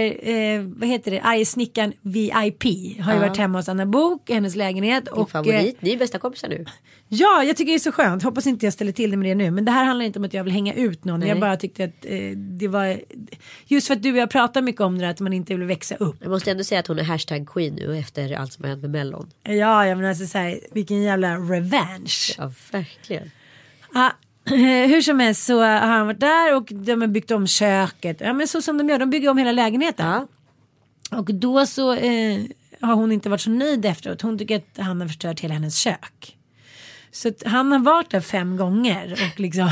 C: vad heter det, Argsnickaren VIP har ju varit hemma hos Anna Bok i hennes lägenhet.
D: Din favorit, ni är bästa kompisar nu.
C: Ja, jag tycker det är så skönt. Hoppas inte jag ställer till det med det nu. Men det här handlar inte om att jag vill hänga ut någon. Nej. Jag bara tyckte att det var, just för att du och jag pratar mycket om det, att man inte vill växa upp.
D: Jag måste ändå säga att hon är #queen nu efter allt som har hänt med Mellon.
C: Ja, jag menar alltså såhär, vilken jävla revenge.
D: Ja, verkligen.
C: Ja. Hur som helst så har han varit där och de har byggt om köket. Ja, men så som de gör, de bygger om hela lägenheten.
D: Ja.
C: Och då så har hon inte varit så nöjd efteråt. Hon tycker att han har förstört hela hennes kök. Så att han har varit där 5 gånger och liksom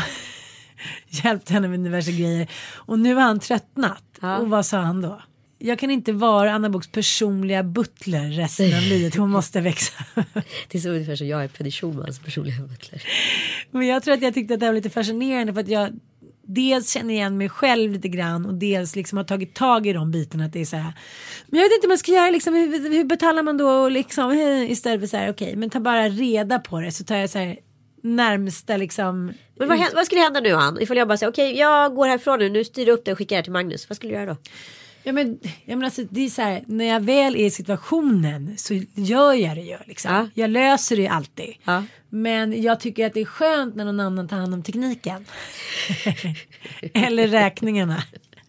C: hjälpt henne med diverse grejer. Och nu har han tröttnat. Ja. Och vad sa han då? Jag kan inte vara Anna Boks personliga butler resten av livet. Hon måste växa.
D: Det är så ungefär som jag är Peder Schulmans personliga butler.
C: Men jag tror att jag tyckte att det var lite fascinerande. För att jag dels känner igen mig själv lite grann. Och dels liksom har tagit tag i de bitarna. Att det är så här. Men jag vet inte vad man ska göra. Liksom, hur betalar man då? Och liksom, istället för så här, okej, men ta bara reda på det. Så tar jag så här närmsta liksom.
D: Men vad skulle hända nu, han? Ifall jag bara säger okej, jag går härifrån nu styr upp det och skickar det till Magnus. Vad skulle du göra då?
C: Ja, men alltså, det är så här, när jag väl är i situationen så gör jag det ju liksom. Ja. Jag löser det ju alltid. Ja. Men jag tycker att det är skönt när någon annan tar hand om tekniken. Eller räkningarna.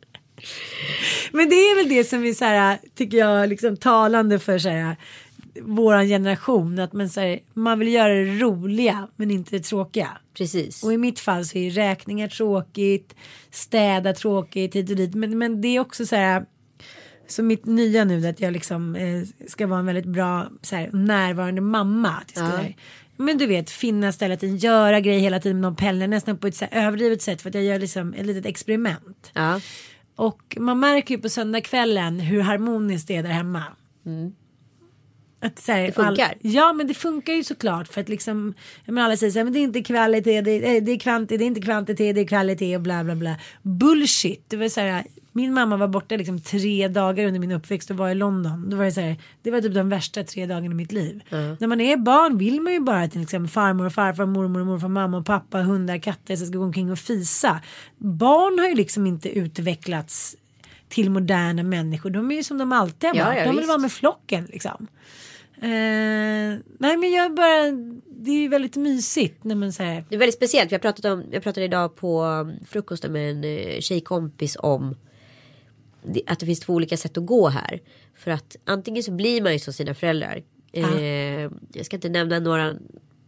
C: Men det är väl det som är så här, tycker jag, liksom talande för så här, våran generation. Att man, så här, man vill göra det roliga men inte det tråkiga.
D: Precis.
C: Och i mitt fall så är räkningar tråkigt, städa tråkigt hit och dit. Men det är också så här, så mitt nya nu att jag liksom ska vara en väldigt bra så här, närvarande mamma. Att jag ska, men du vet, finna stället, göra grejer hela tiden med någon pelle, nästan på ett så här, överdrivet sätt för att jag gör liksom ett litet experiment.
D: Ja.
C: Och man märker ju på söndagskvällen hur harmoniskt det är där hemma.
D: Mm.
C: Att, så här,
D: det funkar.
C: Ja, men det funkar ju såklart för att liksom, men alla säger så här, men det är inte kvalitet, det är kvantitet, det är inte kvantitet, det är kvalitet och bla bla bla. Bullshit. Det var så här, min mamma var borta liksom 3 dagar under min uppväxt och var i London. Då var det så här, det var typ de värsta 3 dagarna i mitt liv. När man är barn vill man ju bara att liksom, farmor och farfar, mormor och morfar, mamma och pappa, hundar, katter så ska gå omkring och fisa. Barn har ju liksom inte utvecklats till moderna människor. De är ju som de alltid har varit. De vill vara med flocken liksom. Nej, men det är ju väldigt mysigt när man säger.
D: Det är väldigt speciellt. Jag pratade idag på frukosten med en tjejkompis om att det finns 2 olika sätt att gå här. För att antingen så blir man ju som sina föräldrar. Jag ska inte nämna några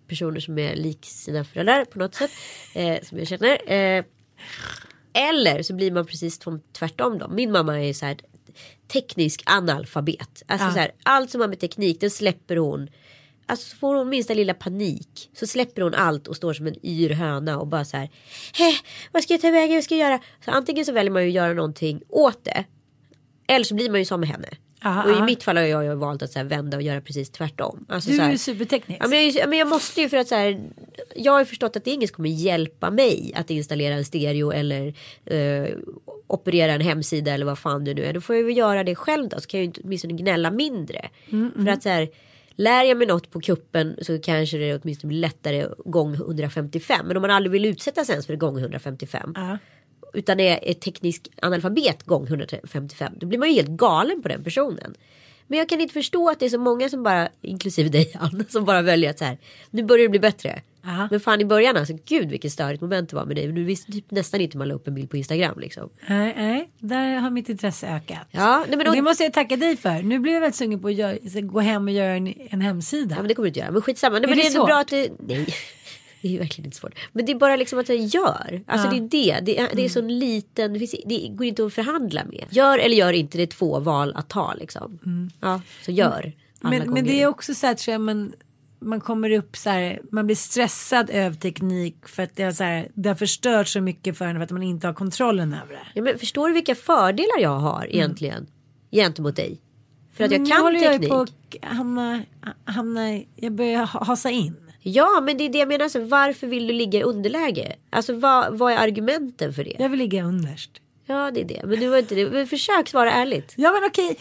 D: personer som är lik sina föräldrar på något sätt. Som jag känner. Eller så blir man precis tvärtom då. Min mamma är så här teknisk analfabet. Alltså så här, allt som har med teknik, det släpper hon. Alltså så får hon minsta lilla panik, så släpper hon allt och står som en yr höna och bara så här, vad ska jag ta vägen, vad ska jag göra? Så antingen så väljer man ju att göra någonting åt det, eller så blir man ju som med henne. Och i mitt fall har jag ju valt att så här vända och göra precis tvärtom. Alltså,
C: du
D: så här,
C: är ju superteknisk.
D: Ja, men jag måste ju, för att så här, jag har ju förstått att ingen kommer hjälpa mig att installera en stereo eller operera en hemsida eller vad fan det nu är. Då får jag ju göra det själv då, så kan jag ju inte åtminstone gnälla mindre. För att så här, lär jag mig något på kuppen så kanske det åtminstone blir lättare gång 155. Men om man aldrig vill utsätta sig ens för gång 155 utan är teknisk analfabet gång 155, då blir man ju helt galen på den personen. Men jag kan inte förstå att det är så många som bara, inklusive dig Anna, som bara väljer att så här, nu börjar det bli bättre. Men fan i början, alltså gud vilket störigt moment det var med dig. Du visste typ nästan inte man la upp en bild på Instagram liksom.
C: Nej, där har mitt intresse ökat.
D: Ja, nej, men
C: det måste jag tacka dig för. Nu blir jag väldigt sugen på att gå hem och göra en hemsida.
D: Ja, men det kommer du inte göra. Men skitsamma. Nej, men det är så bra att det... Nej, det är verkligen inte svårt. Men det är bara liksom att jag gör. Alltså det är det. Det är så liten... Det går inte att förhandla med. Gör eller gör inte, det är 2 val att ta liksom. Ja, så gör.
C: Men det är också så här, tror jag, man kommer upp så här, man blir stressad över teknik för att det har förstört så mycket för en, för att man inte har kontrollen över det.
D: Ja, men förstår du vilka fördelar jag har egentligen gentemot dig? För att jag kan teknik.
C: Jag på hamna, jag börjar hasa in.
D: Ja, men det är det jag menar. Alltså, varför vill du ligga i underläge? Alltså vad är argumenten för det?
C: Jag vill ligga underst.
D: Ja, det är det. Men du var inte det. Men försök svara ärligt.
C: Ja, men okej.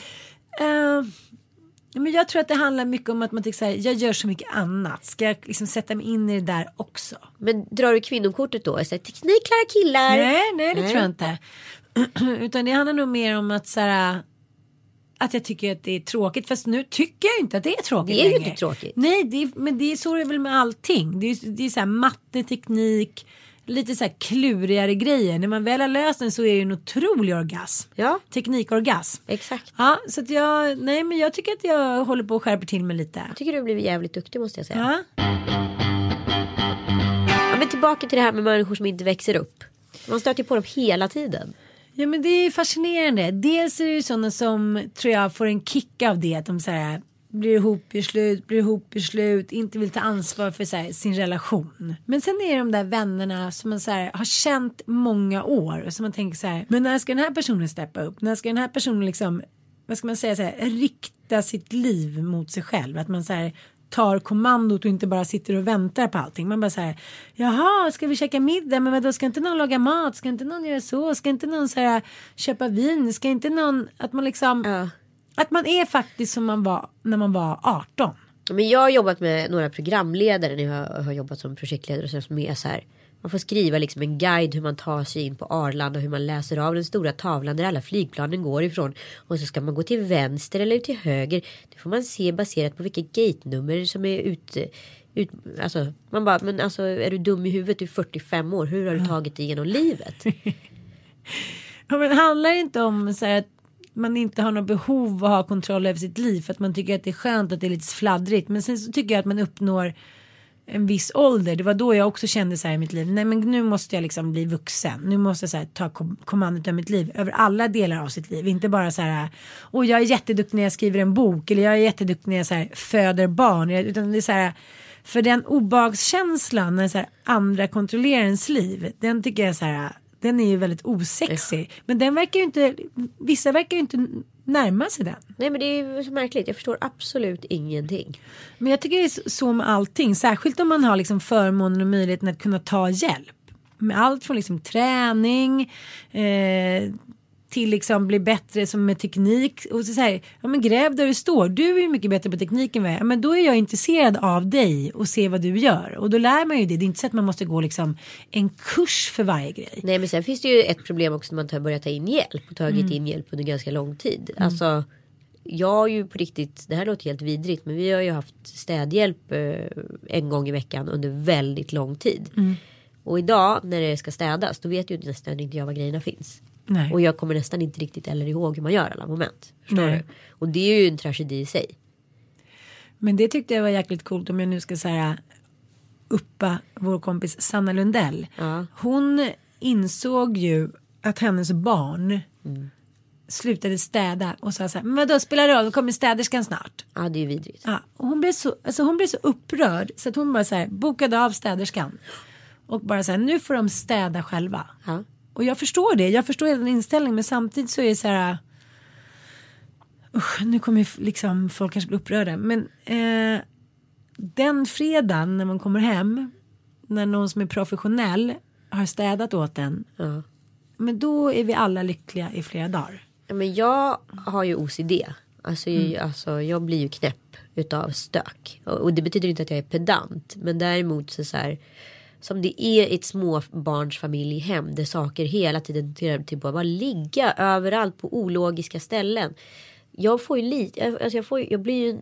C: Men jag tror att det handlar mycket om att man tycker så här, jag gör så mycket annat. Ska jag liksom sätta mig in i det där också?
D: Men drar du kvinnokortet då? Så här, teknik klarar killar.
C: Nej, det tror jag inte. Utan det handlar nog mer om att så här, att jag tycker att det är tråkigt. Fast nu tycker jag inte att det är tråkigt.
D: Det är ju
C: längre.
D: inte tråkigt.
C: Nej, men det är så är det väl med allting. Det är så här matte, teknik, lite så här klurigare grejer. När man väl har löst den så är det en otrolig orgasm.
D: Ja.
C: Teknikorgasm.
D: Exakt.
C: Ja, så att men jag tycker att jag håller på att skärpa till mig lite.
D: Jag tycker du har blivit jävligt duktig, måste jag säga. Ja, men tillbaka till det här med människor som inte växer upp. Man stöter på dem hela tiden.
C: Ja, men det är fascinerande. Dels är det ju sådana som tror jag får en kick av det. Att de så här, blir ihop i slut, inte vill ta ansvar för så här, sin relation. Men sen är det de där vännerna som man så här, har känt många år. Och som man tänker så här, men när ska den här personen steppa upp? När ska den här personen liksom, vad ska man säga, så här, rikta sitt liv mot sig själv? Att man så här tar kommandot och inte bara sitter och väntar på allting. Man bara så här, jaha, ska vi käka middag? Men vadå, ska inte någon laga mat? Ska inte någon göra så? Ska inte någon så här, köpa vin? Ska inte någon, att man liksom, att man är faktiskt som man var när man var 18.
D: Men jag har jobbat med några programledare när jag har jobbat som projektledare och så som är så här. Man får skriva liksom en guide hur man tar sig in på Arlanda, hur man läser av den stora tavlan där alla flygplanen går ifrån. Och så ska man gå till vänster eller till höger. Det får man se baserat på vilket gate-nummer som är ute. Alltså, man bara, men alltså, är du dum i huvudet? Du är 45 år. Hur har du tagit dig igenom livet?
C: Ja, men det handlar inte om så här att man inte har något behov av att ha kontroll över sitt liv. För att man tycker att det är skönt, att det är lite fladdrigt. Men sen så tycker jag att man uppnår en viss ålder. Det var då jag också kände så här i mitt liv. Nej, men nu måste jag liksom bli vuxen. Nu måste jag så här, ta kommandot över mitt liv. Över alla delar av sitt liv. Inte bara så här, och jag är jätteduktig när jag skriver en bok. Eller jag är jätteduktig när jag så här, föder barn. Utan det är så här, för den obehagskänslan när så här, andra kontrollerar ens liv. Den tycker jag så här, den är ju väldigt osexig. Men den verkar ju inte, vissa verkar ju inte närma sig den.
D: Nej, men det är ju så märkligt. Jag förstår absolut ingenting.
C: Men jag tycker det är så med allting. Särskilt om man har liksom förmånen och möjligheten att kunna ta hjälp. Med allt från liksom träning till liksom bli bättre som med teknik. Och så här, ja men gräv där du står. Du är ju mycket bättre på tekniken än jag. Men då är jag intresserad av dig och se vad du gör. Och då lär man ju det. Det är inte så att man måste gå liksom en kurs för varje grej.
D: Nej, men sen finns det ju ett problem också när man börjar ta in hjälp. Och tagit in hjälp under ganska lång tid. Alltså, jag har ju på riktigt, det här låter helt vidrigt. Men vi har ju haft städhjälp en gång i veckan under väldigt lång tid. Och idag när det ska städas, då vet ju nästan inte jag var grejerna finns.
C: Nej.
D: Och jag kommer nästan inte riktigt eller ihåg hur man gör alla moment. Förstår du? Och det är ju en tragedi i sig.
C: Men det tyckte jag var jäkligt coolt om jag nu ska säga uppa vår kompis Sanna Lundell.
D: Ja.
C: Hon insåg ju att hennes barn slutade städa och sa så här, men vadå, spelar det roll, då kommer städerskan snart.
D: Ja, det är ju vidrigt.
C: Ja, och hon blev så upprörd så att hon bara så här bokade av städerskan och bara så här, nu får de städa själva.
D: Ja.
C: Och jag förstår det, jag förstår den inställningen, men samtidigt så är det så här, nu kommer ju liksom folk kanske bli upprörda, men den fredagen när man kommer hem, när någon som är professionell har städat åt en, men då är vi alla lyckliga i flera dagar.
D: Ja, men jag har ju OCD. Alltså jag blir ju knäpp utav stök. Och det betyder inte att jag är pedant. Men däremot så här, som det är ett småbarnsfamiljehem där saker hela tiden till bara ligga överallt på ologiska ställen. Jag får ju lite, alltså jag blir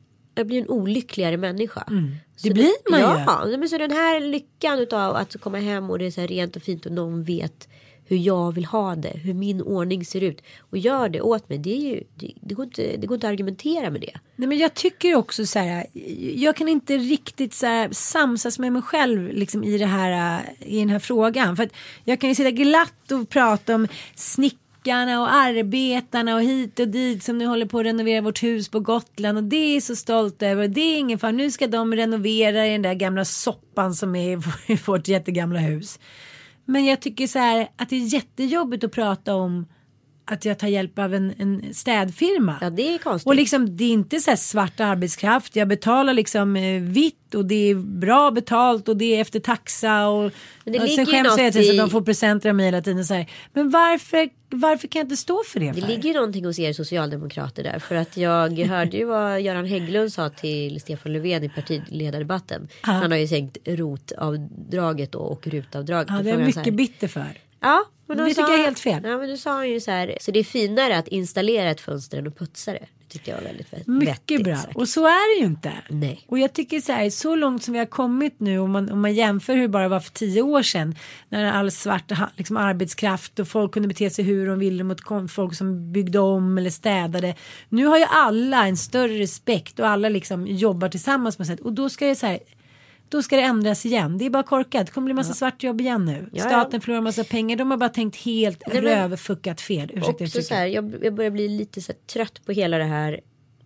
D: en olyckligare människa.
C: Det blir man ju.
D: Ja, men så den här lyckan utav att komma hem och det är så här rent och fint och någon vet hur jag vill ha det, hur min ordning ser ut och gör det åt mig, det går inte att argumentera med det. Nej, men jag tycker också så här, jag kan inte riktigt så här samsas med mig själv liksom i den här frågan, för att jag kan ju sitta glatt och prata om snickarna och arbetarna och hit och dit som nu håller på att renovera vårt hus på Gotland och det är så stolt över och det är ingen fara, nu ska de renovera i den där gamla soppan som är i vårt jättegamla hus. Men jag tycker så här att det är jättejobbigt att prata om att jag tar hjälp av en städfirma. Ja, det är konstigt. Och liksom, det är inte så här svart arbetskraft. Jag betalar liksom vitt och det är bra betalt och det är efter taxa. Och sen skäms jag till att de får presenter av mig hela tiden. Så här. Men varför kan jag inte stå för det? Det ligger ju någonting hos er socialdemokrater där. För att jag hörde ju vad Göran Hägglund sa till Stefan Löfven i partiledardebatten. Han har ju sänkt rotavdraget och rutavdraget. Ja, det är mycket bitter för. Ja, men det tycker jag är helt fel. Ja, men du sa ju så här, så det är finare att installera ett fönster än att putsa det. Det tycker jag var väldigt mycket bra. Sagt. Och så är det ju inte. Nej. Och jag tycker så här, så långt som vi har kommit nu, om man jämför hur det bara var för 10 år sedan, när all svart liksom, arbetskraft och folk kunde bete sig hur de ville mot folk som byggde om eller städade. Nu har ju alla en större respekt och alla liksom jobbar tillsammans med sätt. Och då ska det så här, då ska det ändras igen. Det är bara korkat. Det kommer bli massa svartjobb igen nu. Ja, staten förlorar massa pengar. De har bara tänkt helt rövfuckat fel. Ursäkta, så här, jag börjar bli lite så här trött på hela det här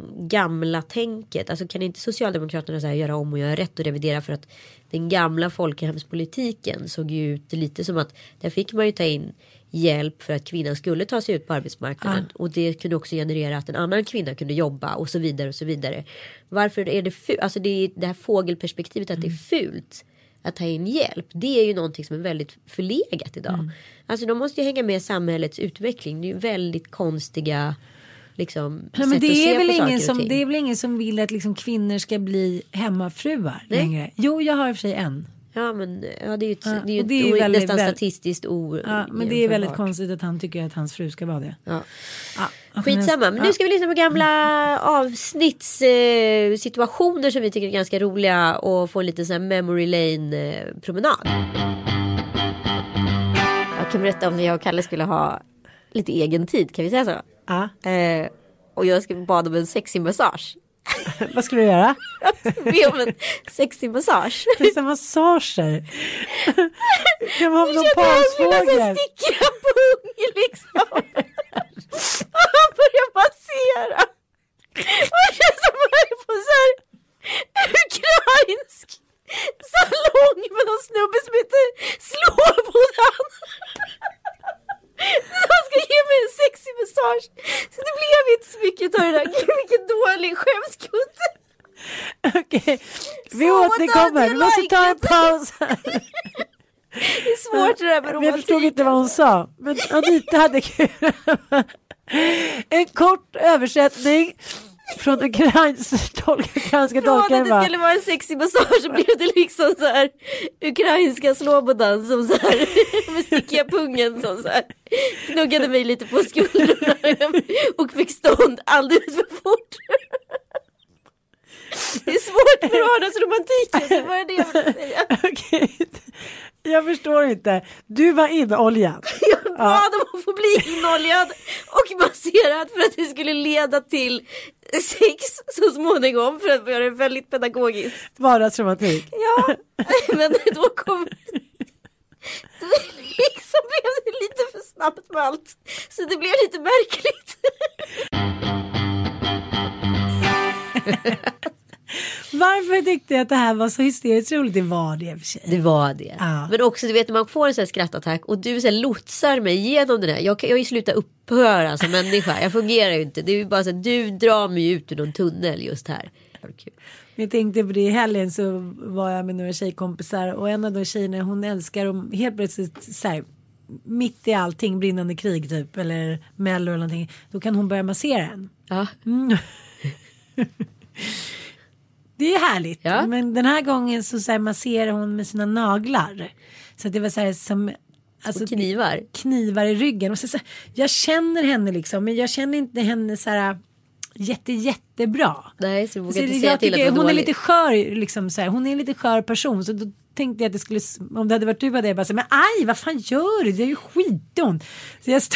D: gamla tänket. Alltså kan inte Socialdemokraterna så här göra om och göra rätt och revidera, för att den gamla folkhemspolitiken såg ju ut lite som att där fick man ju ta in hjälp för att kvinnan skulle ta sig ut på arbetsmarknaden. Och det kunde också generera att en annan kvinna kunde jobba och så vidare och så vidare. Varför är det fult? Alltså det här fågelperspektivet att det är fult att ta in hjälp. Det är ju någonting som är väldigt förlegat idag. Alltså de måste ju hänga med samhällets utveckling. Det är ju väldigt konstiga liksom, sätt men det att se på saker och ting. Det är väl ingen som vill att liksom, kvinnor ska bli hemmafruar längre. Jo, jag har i och för sig en. Ja, men ja, det är ju väldigt, nästan statistiskt men det är väldigt konstigt att han tycker att hans fru ska vara det. Ja. Skitsamma, men nu ska vi lyssna på gamla avsnittssituationer som vi tycker är ganska roliga och få lite sån här memory lane promenad. Jag kan berätta om när jag och Kalle skulle ha lite egen tid, kan vi säga så? Ja. Och jag ska bada om en sexig massage. Vad skulle du göra? Be om en sexig massage. Dessa massager. Det var någon pansfågel. Sticka pung liksom. Och han börjar massera. Och det känns som att jag är på så här ukrainsk salong med någon snubbe som heter Slåbodan. Han ska ge mig en sexig massage. Så det blev inte så mycket av det där. Vilken dålig skämskudde. Okej, vi återkommer. Vi måste ta en paus. Det är svårt det där med romantik. Jag förstod inte vad hon sa. Men Anita hade kul. En kort översättning från ukrainska tolkaren. Från att det skulle vara en sexig massage så blev det liksom så här ukrainska slåbodan som så här med stickiga pungen som så här knuggade mig lite på skulderna och fick stånd alldeles för fort. Det är svårt med vardagsromantiken, det var det jag ville säga. Okej, jag förstår inte. Du var inoljad. Jag bad om att få bli inoljad och masserat för att det skulle leda till sex så småningom, för att göra det väldigt pedagogiskt.
C: Vardagsromantik.
D: Ja, men då kom... Då liksom blev det lite för snabbt med allt. Så det blev lite märkligt.
C: Varför tyckte jag att det här var så hysteriskt roligt? Det var det i och för sig.
D: Det var det.
C: Ja.
D: Men också, du vet, när man får en sån här skrattattack och du så här lotsar mig igenom den här. Jag har ju slutat upphöra som människa. Jag fungerar ju inte. Det är ju bara så att du drar mig ut ur någon tunnel just här. Kul.
C: Jag tänkte på det i helgen, så var jag med några tjejkompisar och en av de tjejerna, hon älskar och helt plötsligt så här, mitt i allting, brinnande krig typ eller mello eller någonting, då kan hon börja massera en.
D: Ja.
C: Det är härligt.
D: Ja.
C: Men den här gången så här, masserar hon med sina naglar. Så att det var så här som alltså, knivar i ryggen. Och så här, jag känner henne liksom, men jag känner inte henne så här jättebra.
D: Nej, så vågar
C: så
D: inte säga till att
C: hon
D: dålig.
C: är lite skör liksom så här. Hon är en lite skör person, så då tänkte jag att det skulle, om det hade varit du hade jag bara så, men aj, vad fan gör du? Det är ju skitont. Så jag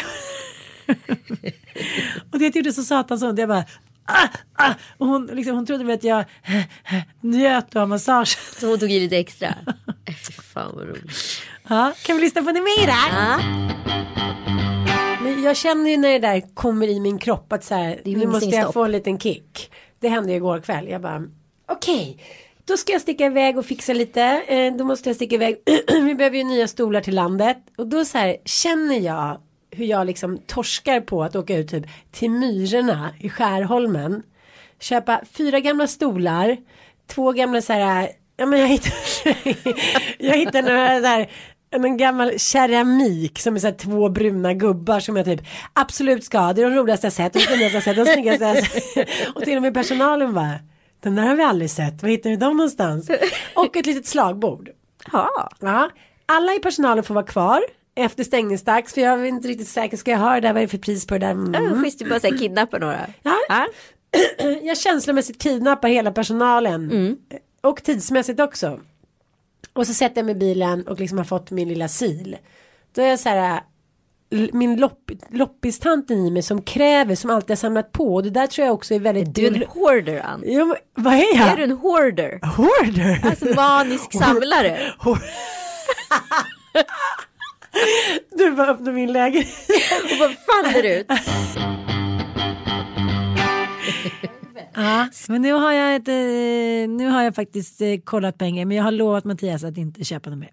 C: och det gjorde så satans ont. Jag bara och hon trodde väl att jag njöt av massage.
D: Så hon tog i lite extra. Fy fan vad roligt.
C: Ja, kan vi lyssna på det mera?
D: Ja.
C: Men jag känner ju när det där kommer i min kropp att så här, nu måste jag få en liten kick. Det hände ju igår kväll. Jag bara, okej, då ska jag sticka iväg och fixa lite. Då måste jag sticka iväg. Vi behöver ju nya stolar till landet. Och då så här känner jag hur jag liksom torskar på att åka ut typ till Myrorna i Skärholmen. Köpa 4 gamla stolar. 2 gamla så här, ja men jag hittade några där, en gammal keramik som är så här 2 bruna gubbar som jag typ absolut ska. Det är de roligaste jag sett, de finaste jag sett, de snyggaste jag sett. Och till och med personalen bara, den där har vi aldrig sett. Var hittar vi dem någonstans? Och ett litet slagbord. Ja. Alla i personalen får vara kvar efter stängningsdags, för jag är inte riktigt säker. Ska jag höra där, vad är det för pris på det där?
D: Schysst, du bara säga kidnappa några.
C: Ja. Jag känslomässigt kidnappar hela personalen. Och tidsmässigt också. Och så sätter jag mig i bilen och liksom har fått min lilla sil. Då är jag så här, min loppistanten i mig som kräver, som alltid har samlat på. Och det där tror jag också är väldigt...
D: Du är en hoarder, Ann.
C: Ja, vad är jag?
D: Är du en hoarder?
C: Hoarder?
D: Alltså manisk samlare.
C: Du bara öppnar min lägenhet.
D: Och vad faller ut?
C: Ja, men nu har jag faktiskt kollat pengar, men jag har lovat Mattias att inte köpa dem mer.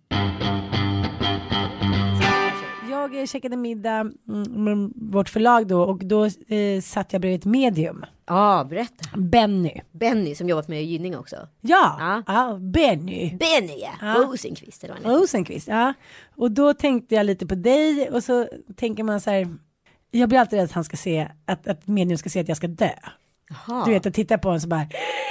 C: Jag checkade middag med vårt förlag då, och då satt jag bredvid ett medium.
D: Ja, berätta.
C: Benny
D: som jobbat med Gynning också.
C: Ja, Benny,
D: ja. Rosenqvist eller vad
C: Rosenqvist, ja. Och då tänkte jag lite på dig, och så tänker man så här, jag blir alltid rädd att han ska se, att medium ska se att jag ska dö.
D: Aha.
C: Du vet, att titta på honom så bara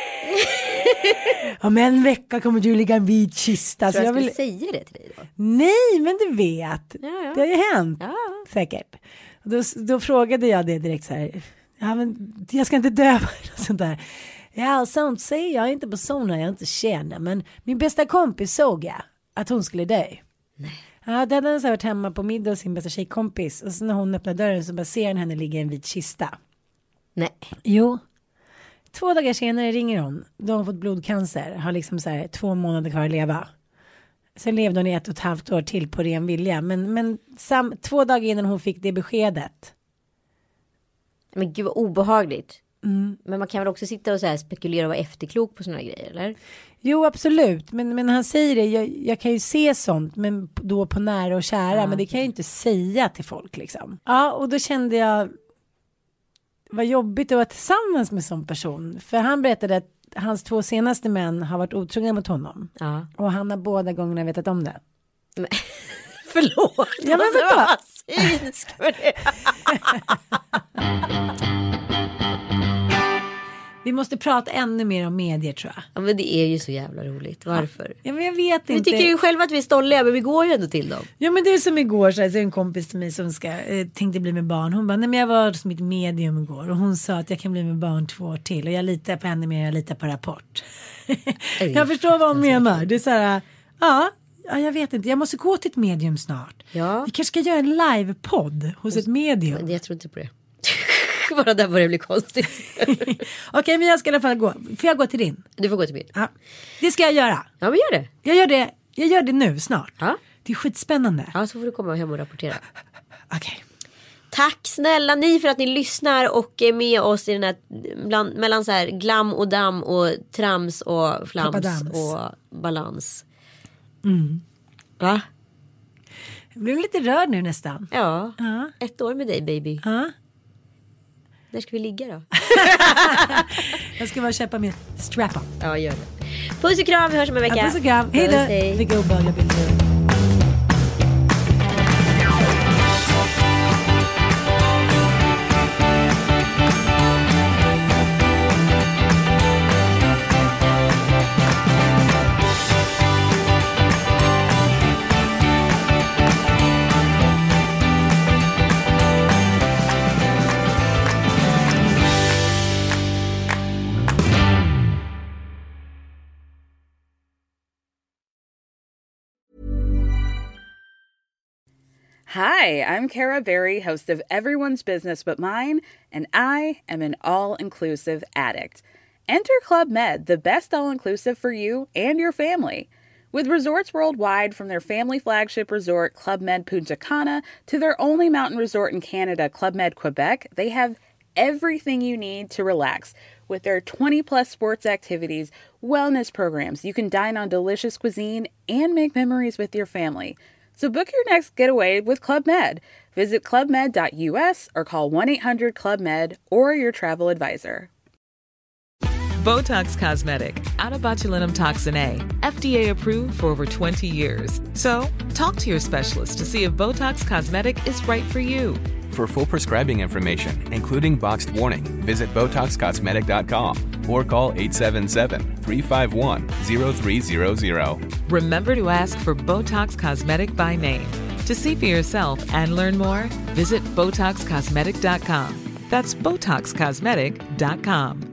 C: om en vecka kommer du ligga en vit kista.
D: Så jag vill säga det till dig då?
C: Nej, men du vet.
D: Ja.
C: Det har ju hänt. Säkert. Och då frågade jag det direkt så här. Ja, men jag ska inte dö och sånt där. Ja, sånt säger jag inte personer jag inte känner. Men min bästa kompis såg jag att hon skulle dö.
D: Nej.
C: Ja, den hade varit hemma på middag hos sin bästa tjejkompis. Och så när hon öppnar dörren så bara ser han henne ligga i en vit kista.
D: Nej.
C: Jo. 2 dagar senare ringer hon. Då har hon fått blodcancer. Har liksom så här 2 månader kvar att leva. Sen levde hon i 1,5 år till på ren vilja. Men 2 dagar innan hon fick det beskedet.
D: Men gud vad obehagligt. Men man kan väl också sitta och så här spekulera och vara efterklok på såna grejer, eller?
C: Jo, absolut. Men han säger det. Jag kan ju se sånt, men då på nära och kära. Men det kan jag ju inte säga till folk liksom. Ja, och då kände jag vad jobbigt att vara tillsammans med sån person. För han berättade att hans 2 senaste män har varit otrogna mot honom.
D: Ja.
C: Och han har båda gångerna vetat om det.
D: Men, förlåt.
C: Ja, men vänta.
D: Synsk för det.
C: Vi måste prata ännu mer om medier, tror jag.
D: Ja, men det är ju så jävla roligt. Varför?
C: Ja, men jag vet inte.
D: Vi tycker ju själva att vi är stolliga, men vi går ju ändå till dem.
C: Ja, men det är som igår, så är en kompis till mig som tänkte bli med barn. Hon bara, nej men jag var som ett medium igår. Och hon sa att jag kan bli med barn 2 år till. Och jag litar på henne mer, jag litar på Rapport. Jag förstår vad hon menar. Det är så här, ja, jag vet inte. Jag måste gå till ett medium snart.
D: Ja.
C: Vi kanske ska göra en livepodd hos ett medium.
D: Men jag tror inte på det. Bara där börjar det bli konstigt.
C: Okej, men jag ska i alla fall gå. Får jag gå till din?
D: Du får gå till min.
C: Ja. Det ska jag göra.
D: Ja, men gör det.
C: Jag gör det nu snart.
D: Ja.
C: Det är skitspännande.
D: Ja, så får du komma hem och rapportera.
C: Okej.
D: Tack snälla ni för att ni lyssnar och är med oss i den här mellan så här glam och damm och trams och flams
C: Pappadams.
D: och balans. Va?
C: Jag blev lite rörd nu nästan.
D: Ja.
C: Ja.
D: 1 år med dig baby.
C: Ja.
D: När ska vi ligga då?
C: Jag ska bara köpa min strap-on.
D: Ja, gör det. Puss och kram, vi hörs om en vecka.
C: Ja, puss och kram. Hej
D: Puss,
C: då.
D: hej.
C: Vilka obehagliga bilder.
E: Hi, I'm Kara Berry, host of Everyone's Business But Mine, and I am an all-inclusive addict. Enter Club Med, the best all-inclusive for you and your family. With resorts worldwide, from their family flagship resort, Club Med Punta Cana, to their only mountain resort in Canada, Club Med Quebec, they have everything you need to relax. With their 20-plus sports activities, wellness programs, you can dine on delicious cuisine and make memories with your family. So book your next getaway with Club Med. Visit clubmed.us or call 1-800-CLUB-MED or your travel advisor.
F: Botox Cosmetic, out of botulinum toxin A, FDA approved for over 20 years. So, talk to your specialist to see if Botox Cosmetic is right for you.
G: For full prescribing information, including boxed warning, visit BotoxCosmetic.com or call 877-351-0300.
F: Remember to ask for Botox Cosmetic by name. To see for yourself and learn more, visit BotoxCosmetic.com. That's BotoxCosmetic.com.